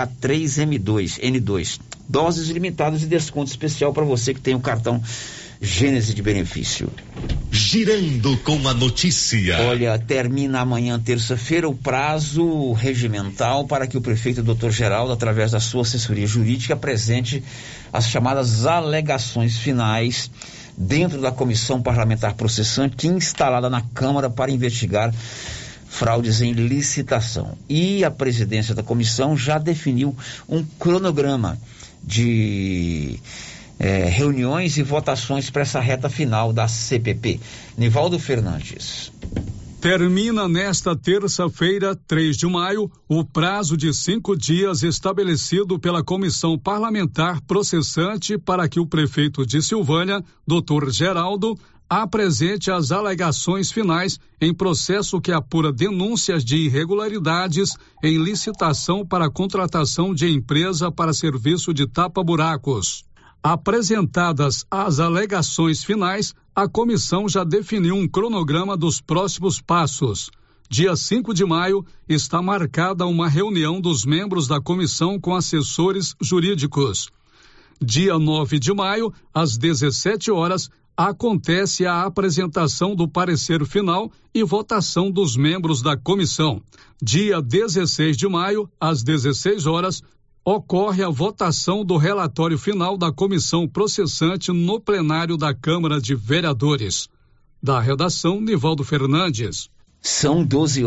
Speaker 17: H3N2. Doses limitadas e desconto especial para você que tem o cartão Gênese de benefício.
Speaker 16: Girando com a notícia.
Speaker 17: Olha, termina amanhã, terça-feira, o prazo regimental para que o prefeito Dr. Geraldo, através da sua assessoria jurídica, apresente as chamadas alegações finais dentro da comissão parlamentar processante instalada na Câmara para investigar fraudes em licitação. E a presidência da comissão já definiu um cronograma de reuniões e votações para essa reta final da CPP. Nivaldo Fernandes.
Speaker 25: Termina nesta terça-feira, 3 de maio, o prazo de 5 dias estabelecido pela comissão parlamentar processante para que o prefeito de Silvânia, Dr. Geraldo, apresente as alegações finais em processo que apura denúncias de irregularidades em licitação para contratação de empresa para serviço de tapa-buracos. Apresentadas as alegações finais, a comissão já definiu um cronograma dos próximos passos. Dia 5 de maio está marcada uma reunião dos membros da comissão com assessores jurídicos. Dia 9 de maio, às 17 horas, acontece a apresentação do parecer final e votação dos membros da comissão. Dia 16 de maio, às 16 horas, ocorre a votação do relatório final da comissão processante no plenário da Câmara de Vereadores. Da redação, Nivaldo Fernandes.
Speaker 17: São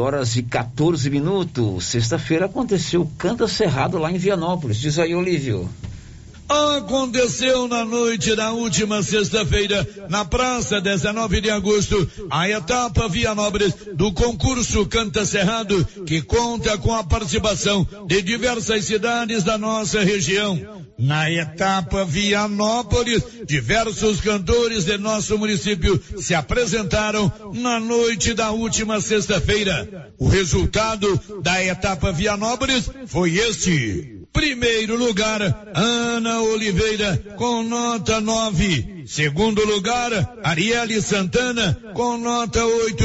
Speaker 17: 12h14. Sexta-feira aconteceu o Canta Cerrado lá em Vianópolis. Diz aí, Olívio.
Speaker 3: Aconteceu na noite da última sexta-feira, na praça 19 de agosto, a etapa Vianópolis do concurso Canta Cerrado, que conta com a participação de diversas cidades da nossa região. Na etapa Vianópolis, diversos cantores de nosso município se apresentaram na noite da última sexta-feira. O resultado da etapa Vianópolis foi este. Primeiro lugar, Ana Oliveira, com nota 9. Segundo lugar, Arielle Santana, com nota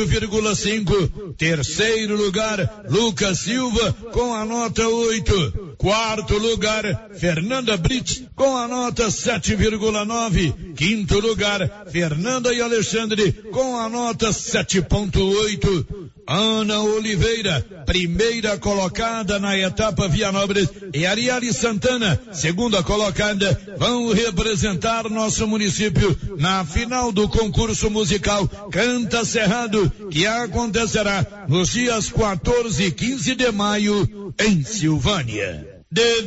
Speaker 3: 8,5. Terceiro lugar, Lucas Silva, com a nota 8. Quarto lugar, Fernanda Brits, com a nota 7,9. Quinto lugar, Fernanda e Alexandre, com a nota 7,8. Ana Oliveira, primeira colocada na etapa Vianópolis, e Arielle Santana, segunda colocada, vão representar nosso município na final do concurso musical Canta Cerrado, que acontecerá nos dias 14 e 15 de maio em Silvânia. De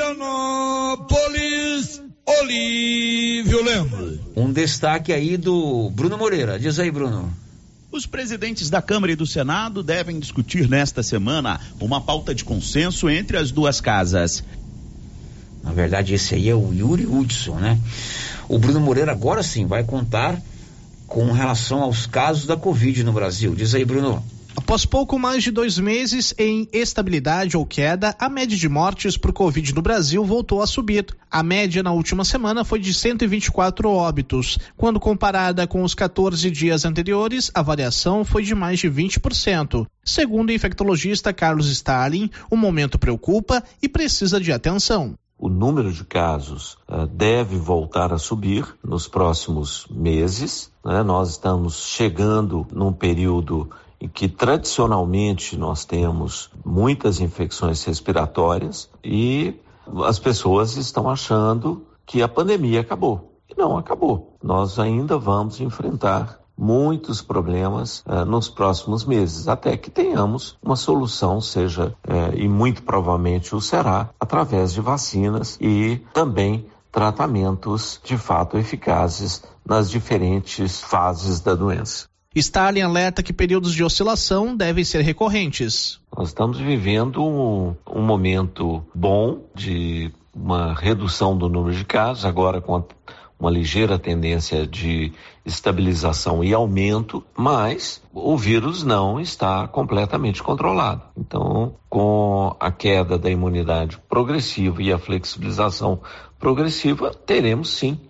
Speaker 3: Vianópolis, Olívio Lemos.
Speaker 17: Um destaque aí do Bruno Moreira. Diz aí, Bruno.
Speaker 6: Os presidentes da Câmara e do Senado devem discutir nesta semana uma pauta de consenso entre as duas casas.
Speaker 17: Na verdade, esse aí é o Yuri Hudson, né? O Bruno Moreira agora sim vai contar com relação aos casos da Covid no Brasil. Diz aí, Bruno.
Speaker 10: Após pouco mais de 2 meses em estabilidade ou queda, a média de mortes por Covid no Brasil voltou a subir. A média na última semana foi de 124 óbitos. Quando comparada com os 14 dias anteriores, a variação foi de mais de 20%. Segundo o infectologista Carlos Stalin, o momento preocupa e precisa de atenção.
Speaker 14: O número de casos deve voltar a subir nos próximos meses, né? Nós estamos chegando num período em que tradicionalmente nós temos muitas infecções respiratórias e as pessoas estão achando que a pandemia acabou. E não acabou. Nós ainda vamos enfrentar muitos problemas nos próximos meses, até que tenhamos uma solução, e muito provavelmente o será, através de vacinas e também tratamentos de fato eficazes nas diferentes fases da doença.
Speaker 10: Stalin alerta que períodos de oscilação devem ser recorrentes.
Speaker 14: Nós estamos vivendo um momento bom de uma redução do número de casos, agora com uma ligeira tendência de estabilização e aumento, mas o vírus não está completamente controlado. Então, com a queda da imunidade progressiva e a flexibilização progressiva, teremos sim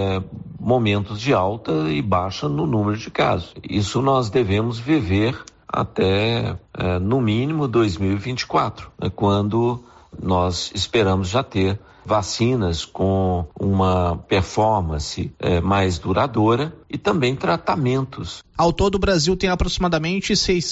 Speaker 14: momentos de alta e baixa no número de casos. Isso nós devemos viver até, no mínimo, 2024, quando nós esperamos já ter vacinas com uma performance mais duradoura e também tratamentos.
Speaker 10: Ao todo, o Brasil tem aproximadamente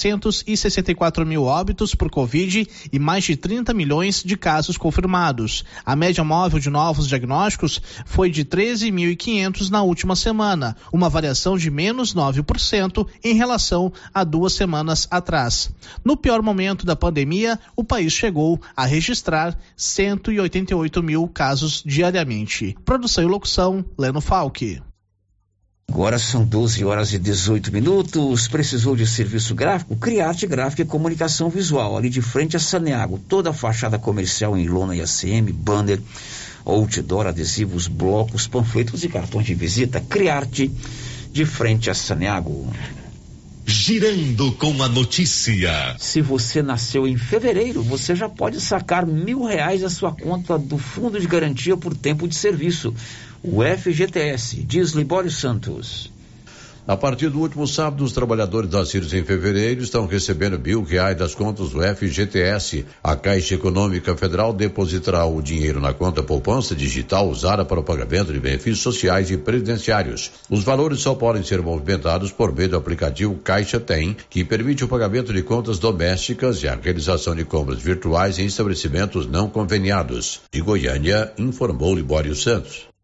Speaker 10: 664 mil óbitos por Covid e mais de 30 milhões de casos confirmados. A média móvel de novos diagnósticos foi de 13.500 na última semana, uma variação de menos 9% em relação a 2 semanas atrás. No pior momento da pandemia, o país chegou a registrar 188 mil casos diariamente. Produção e locução, Leno Falck.
Speaker 17: Agora são 12h18. Precisou de serviço gráfico? Criarte Gráfica e Comunicação Visual, ali de frente a Saneago. Toda a fachada comercial em lona e ACM, banner, outdoor, adesivos, blocos, panfletos e cartões de visita. Criarte, de frente a Saneago.
Speaker 16: Girando com a notícia.
Speaker 17: Se você nasceu em fevereiro, você já pode sacar R$1.000 da sua conta do Fundo de Garantia por tempo de serviço. O FGTS, diz Libório Santos.
Speaker 15: A partir do último sábado, os trabalhadores nascidos em fevereiro estão recebendo R$1.000 das contas do FGTS. A Caixa Econômica Federal depositará o dinheiro na conta poupança digital usada para o pagamento de benefícios sociais e previdenciários. Os valores só podem ser movimentados por meio do aplicativo Caixa Tem, que permite o pagamento de contas domésticas e a realização de compras virtuais em estabelecimentos não conveniados. De Goiânia, informou Libório Santos.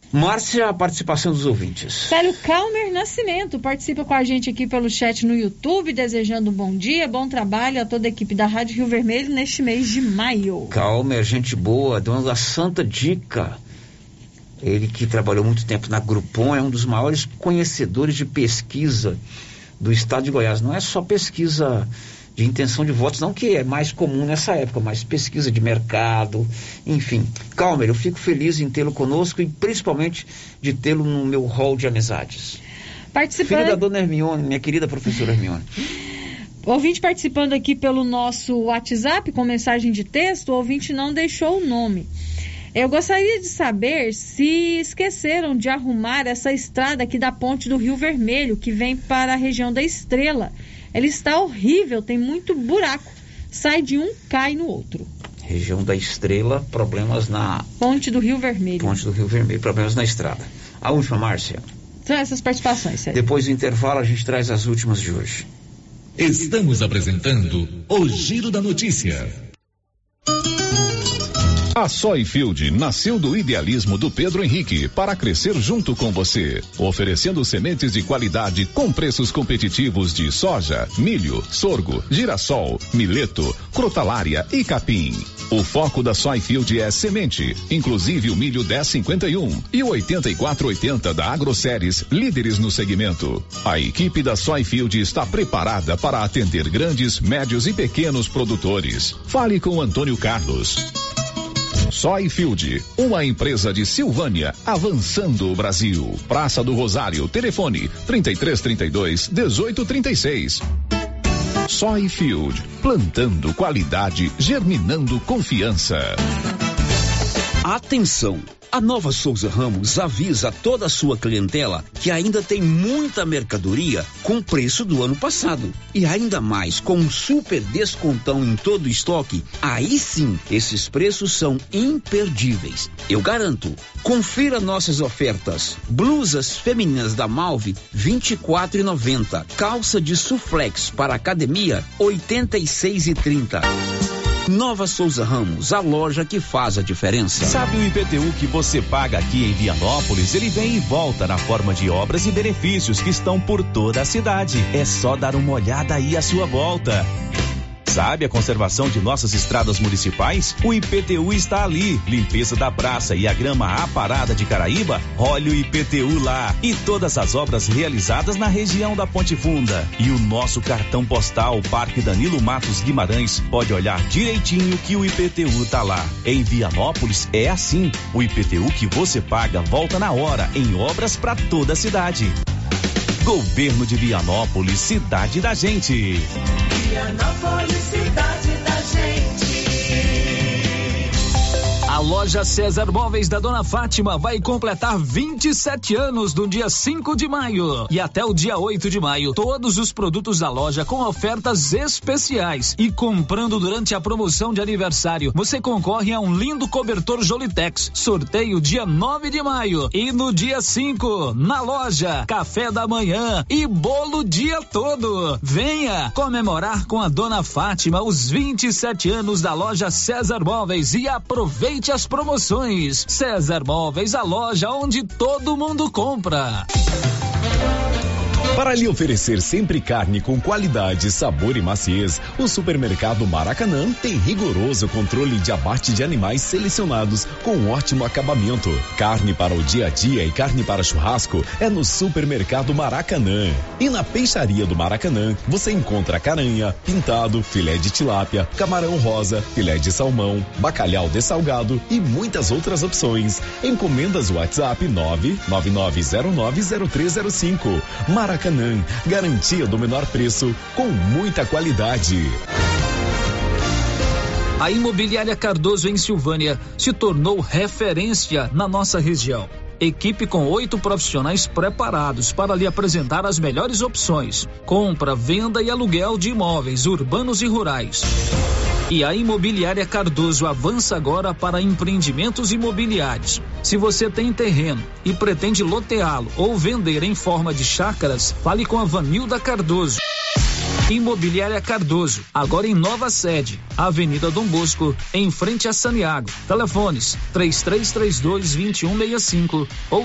Speaker 17: Márcia, a participação dos ouvintes.
Speaker 7: Célio Calmer Nascimento participa com a gente aqui pelo chat no YouTube, desejando um bom dia, bom trabalho a toda a equipe da Rádio Rio Vermelho neste mês de maio.
Speaker 17: Calmer, gente boa, dono da Santa Dica. Ele que trabalhou muito tempo na Groupon, é um dos maiores conhecedores de pesquisa do estado de Goiás. Não é só pesquisa de intenção de votos, não, que é mais comum nessa época, mas pesquisa de mercado, enfim. Calmer, eu fico feliz em tê-lo conosco e principalmente de tê-lo no meu hall de amizades. Filho da dona Hermione, minha querida professora Hermione.
Speaker 7: Ouvinte participando aqui pelo nosso WhatsApp com mensagem de texto, o ouvinte não deixou o nome. Eu gostaria de saber se esqueceram de arrumar essa estrada aqui da ponte do Rio Vermelho, que vem para a região da Estrela. Ela está horrível, tem muito buraco. Sai de um, cai no outro.
Speaker 17: Região da Estrela, problemas na...
Speaker 7: Ponte do Rio Vermelho.
Speaker 17: Ponte do Rio Vermelho, problemas na estrada. A última, Márcia.
Speaker 7: São essas participações, Sérgio.
Speaker 17: Depois do intervalo, a gente traz as últimas de hoje.
Speaker 16: Estamos apresentando o Giro da Notícia. A Soyfield nasceu do idealismo do Pedro Henrique para crescer junto com você, oferecendo sementes de qualidade com preços competitivos de soja, milho, sorgo, girassol, mileto, crotalária e capim. O foco da Soyfield é semente, inclusive o milho 1051 e o 8480 da AgroSéries, líderes no segmento. A equipe da Soyfield está preparada para atender grandes, médios e pequenos produtores. Fale com Antônio Carlos. Soyfield, uma empresa de Silvânia, avançando o Brasil. Praça do Rosário, telefone 3332-1836. Soyfield, plantando qualidade, germinando confiança.
Speaker 1: Atenção! A Nova Souza Ramos avisa toda a sua clientela que ainda tem muita mercadoria com preço do ano passado. E ainda mais, com um super descontão em todo o estoque, aí sim, esses preços são imperdíveis. Eu garanto. Confira nossas ofertas. Blusas femininas da Malve, R$24,90. Calça de suflex para academia, R$86,30. Nova Souza Ramos, a loja que faz a diferença.
Speaker 4: Sabe o IPTU que você paga aqui em Vianópolis? Ele vem e volta na forma de obras e benefícios que estão por toda a cidade. É só dar uma olhada aí à sua volta. Sabe a conservação de nossas estradas municipais? O IPTU está ali. Limpeza da praça e a grama aparada de Caraíba? Olha o IPTU lá. E todas as obras realizadas na região da Ponte Funda. E o nosso cartão postal Parque Danilo Matos Guimarães, pode olhar direitinho que o IPTU tá lá. Em Vianópolis é assim. O IPTU que você paga volta na hora em obras para toda a cidade. Governo de Vianópolis, cidade da gente.
Speaker 18: Vianópolis, cidade da gente.
Speaker 13: A loja César Móveis da Dona Fátima vai completar 27 anos no dia 5 de maio. E até o dia 8 de maio, todos os produtos da loja com ofertas especiais. E comprando durante a promoção de aniversário, você concorre a um lindo cobertor Jolitex. Sorteio dia 9 de maio. E no dia 5, na loja, café da manhã e bolo o dia todo. Venha comemorar com a Dona Fátima os 27 anos da loja César Móveis e aproveite as promoções. César Móveis, a loja onde todo mundo compra.
Speaker 19: Para lhe oferecer sempre carne com qualidade, sabor e maciez, o Supermercado Maracanã tem rigoroso controle de abate de animais selecionados com ótimo acabamento. Carne para o dia a dia e carne para churrasco é no Supermercado Maracanã. E na Peixaria do Maracanã, você encontra caranha, pintado, filé de tilápia, camarão rosa, filé de salmão, bacalhau dessalgado e muitas outras opções. Encomendas WhatsApp 999090305. Maracanã, garantia do menor preço com muita qualidade.
Speaker 13: A Imobiliária Cardoso em Silvânia se tornou referência na nossa região. Equipe com 8 profissionais preparados para lhe apresentar as melhores opções: compra, venda e aluguel de imóveis urbanos e rurais. E a Imobiliária Cardoso avança agora para empreendimentos imobiliários. Se você tem terreno e pretende loteá-lo ou vender em forma de chácaras, fale com a Vanilda Cardoso. Imobiliária Cardoso, agora em nova sede, Avenida Dom Bosco, em frente a Saniago. Telefones 3332-2165 ou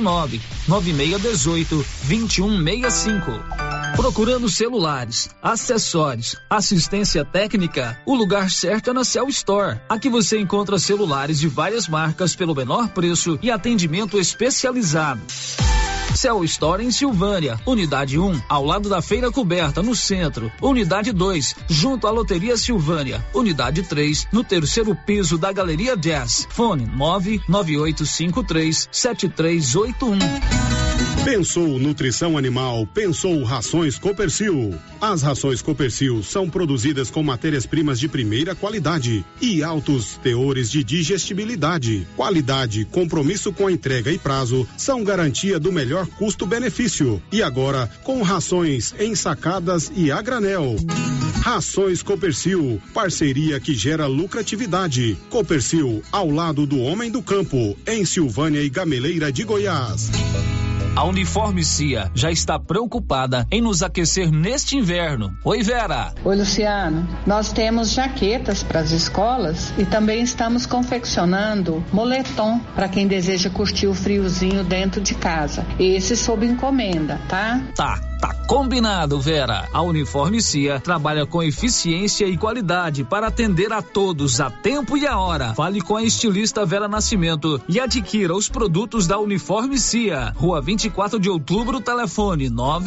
Speaker 13: 99618-2165. Procurando celulares, acessórios, assistência técnica, o lugar certo é na Cell Store. Aqui você encontra celulares de várias marcas pelo menor preço e atendimento especializado. Cell Store em Silvânia, Unidade 1, ao lado da Feira Coberta, no centro. Unidade 2, junto à Loteria Silvânia. Unidade 3, no terceiro piso da Galeria Jazz. Fone 99853-7381.
Speaker 8: Pensou nutrição animal, pensou rações Copercil. As rações Copercil são produzidas com matérias-primas de primeira qualidade e altos teores de digestibilidade. Qualidade, compromisso com a entrega e prazo são garantia do melhor custo-benefício. E agora, com rações ensacadas e a granel. Rações Copercil, parceria que gera lucratividade. Copercil, ao lado do homem do campo, em Silvânia e Gameleira de Goiás.
Speaker 13: A Uniforme Cia já está preocupada em nos aquecer neste inverno. Oi, Vera.
Speaker 20: Oi, Luciano. Nós temos jaquetas para as escolas e também estamos confeccionando moletom para quem deseja curtir o friozinho dentro de casa. Esse sob encomenda, tá?
Speaker 13: Tá combinado, Vera. A Uniforme Cia trabalha com eficiência e qualidade para atender a todos a tempo e a hora. Fale com a estilista Vera Nascimento e adquira os produtos da Uniforme Cia. Rua 24 de Outubro, telefone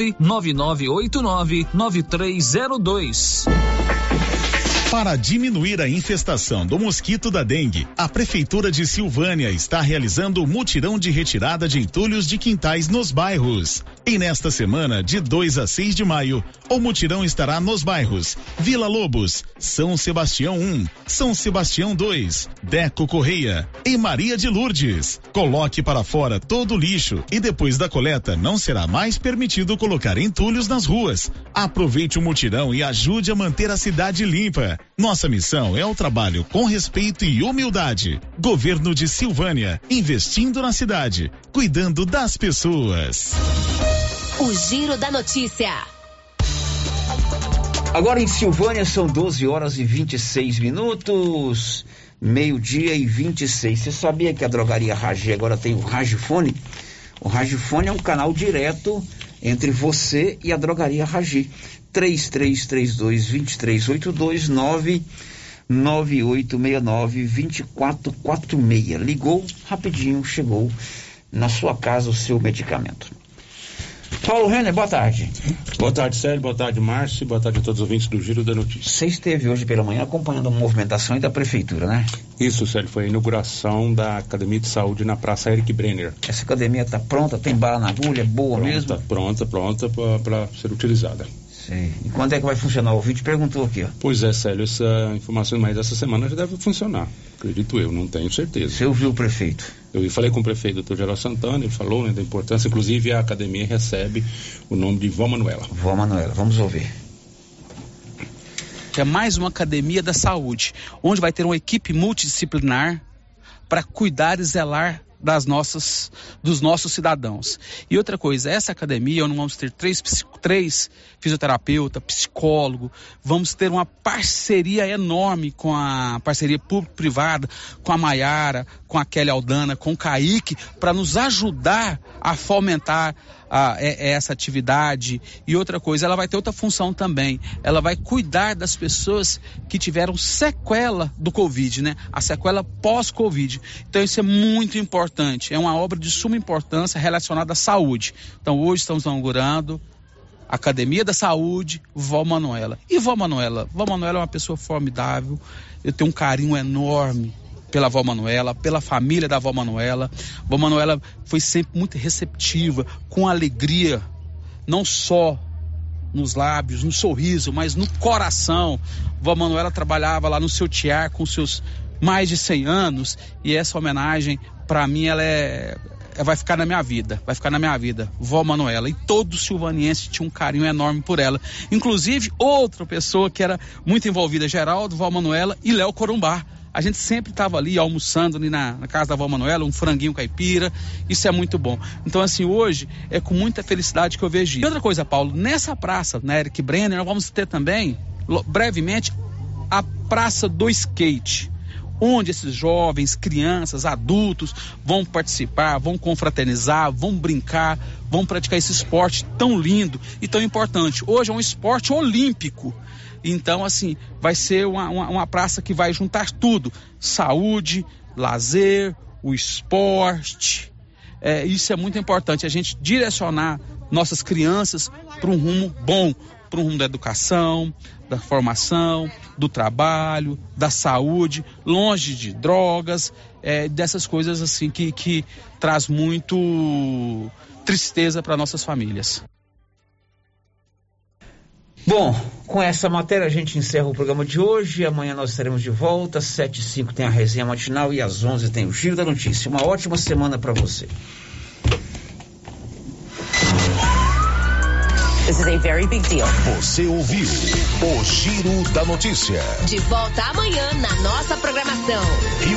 Speaker 13: 99989-9302.
Speaker 2: Para diminuir a infestação do mosquito da dengue, a Prefeitura de Silvânia está realizando o mutirão de retirada de entulhos de quintais nos bairros. E nesta semana, de 2 a 6 de maio, o mutirão estará nos bairros Vila Lobos, São Sebastião 1, São Sebastião 2, Deco Correia e Maria de Lourdes. Coloque para fora todo o lixo e depois da coleta não será mais permitido colocar entulhos nas ruas. Aproveite o mutirão e ajude a manter a cidade limpa. Nossa missão é o trabalho com respeito e humildade. Governo de Silvânia, investindo na cidade, cuidando das pessoas.
Speaker 5: O Giro da Notícia.
Speaker 1: Agora em Silvânia são 12 horas e 26 minutos, meio-dia e 26. Você sabia que a drogaria Ragi agora tem o Ragifone? O Ragifone é um canal direto entre você e a drogaria Ragi. 3332-2382, 99869-2446. Ligou, rapidinho, chegou na sua casa o seu medicamento. Paulo Renner, boa tarde.
Speaker 21: Boa tarde, Célio, boa tarde, Márcio, boa tarde a todos os ouvintes do Giro da Notícia.
Speaker 1: Você esteve hoje pela manhã acompanhando a movimentação da Prefeitura, né?
Speaker 21: Isso, Célio, foi a inauguração da Academia de Saúde na Praça Eric Brenner.
Speaker 1: Essa academia está pronta, tem bala na agulha, é boa mesmo?
Speaker 21: Pronta para ser utilizada.
Speaker 1: Sim. E quando é que vai funcionar? O ouvinte perguntou aqui, ó.
Speaker 21: Pois é, Célio, essa informação mais dessa semana já deve funcionar, acredito eu, não tenho certeza.
Speaker 1: Você ouviu o prefeito?
Speaker 21: Eu falei com o prefeito, Dr. Geraldo Santana, ele falou, né, da importância, inclusive a academia recebe o nome de Vó Manuela.
Speaker 1: Vó Manuela, vamos ouvir.
Speaker 22: É mais uma academia da saúde, onde vai ter uma equipe multidisciplinar para cuidar e zelar dos nossos cidadãos. E outra coisa, essa academia, onde vamos ter três fisioterapeutas, psicólogo, vamos ter uma parceria enorme com a parceria público-privada, com a Maiara, com a Kelly Aldana, com o Kaique, para nos ajudar a fomentar essa atividade. E outra coisa, ela vai ter outra função também, ela vai cuidar das pessoas que tiveram sequela do Covid, né? A sequela pós-Covid. Então isso é muito importante, é uma obra de suma importância relacionada à saúde. Então hoje estamos inaugurando a Academia da Saúde Vó Manuela. E Vó Manuela é uma pessoa formidável, eu tenho um carinho enorme pela Vó Manuela, pela família da Vó Manuela. Vó Manuela foi sempre muito receptiva, com alegria, não só nos lábios, no sorriso, mas no coração. Vó Manuela trabalhava lá no seu tiar com seus mais de 100 anos, e essa homenagem, para mim, ela vai ficar na minha vida, Vó Manuela. E todo silvaniense tinha um carinho enorme por ela. Inclusive, outra pessoa que era muito envolvida, Geraldo, Vó Manuela e Léo Corumbá. a gente sempre estava ali almoçando ali na casa da avó Manuela, um franguinho caipira, isso é muito bom. Então assim, hoje é com muita felicidade que eu vejo isso. E outra coisa, Paulo, nessa praça, na Eric Brenner, nós vamos ter também, brevemente, a Praça do Skate, onde esses jovens, crianças, adultos vão participar, vão confraternizar, vão brincar, vão praticar esse esporte tão lindo e tão importante. Hoje é um esporte olímpico, então assim, vai ser uma praça que vai juntar tudo, saúde, lazer, o esporte, isso é muito importante, a gente direcionar nossas crianças para um rumo bom, para um rumo da educação, da formação, do trabalho, da saúde, longe de drogas, dessas coisas assim que traz muito tristeza para nossas famílias.
Speaker 17: Bom, com essa matéria a gente encerra o programa de hoje. Amanhã nós estaremos de volta. 7h05 tem a resenha matinal e às 11h tem o Giro da Notícia. Uma ótima semana para você.
Speaker 9: This is a very big deal.
Speaker 11: Você ouviu o Giro da Notícia.
Speaker 9: De volta amanhã na nossa programação.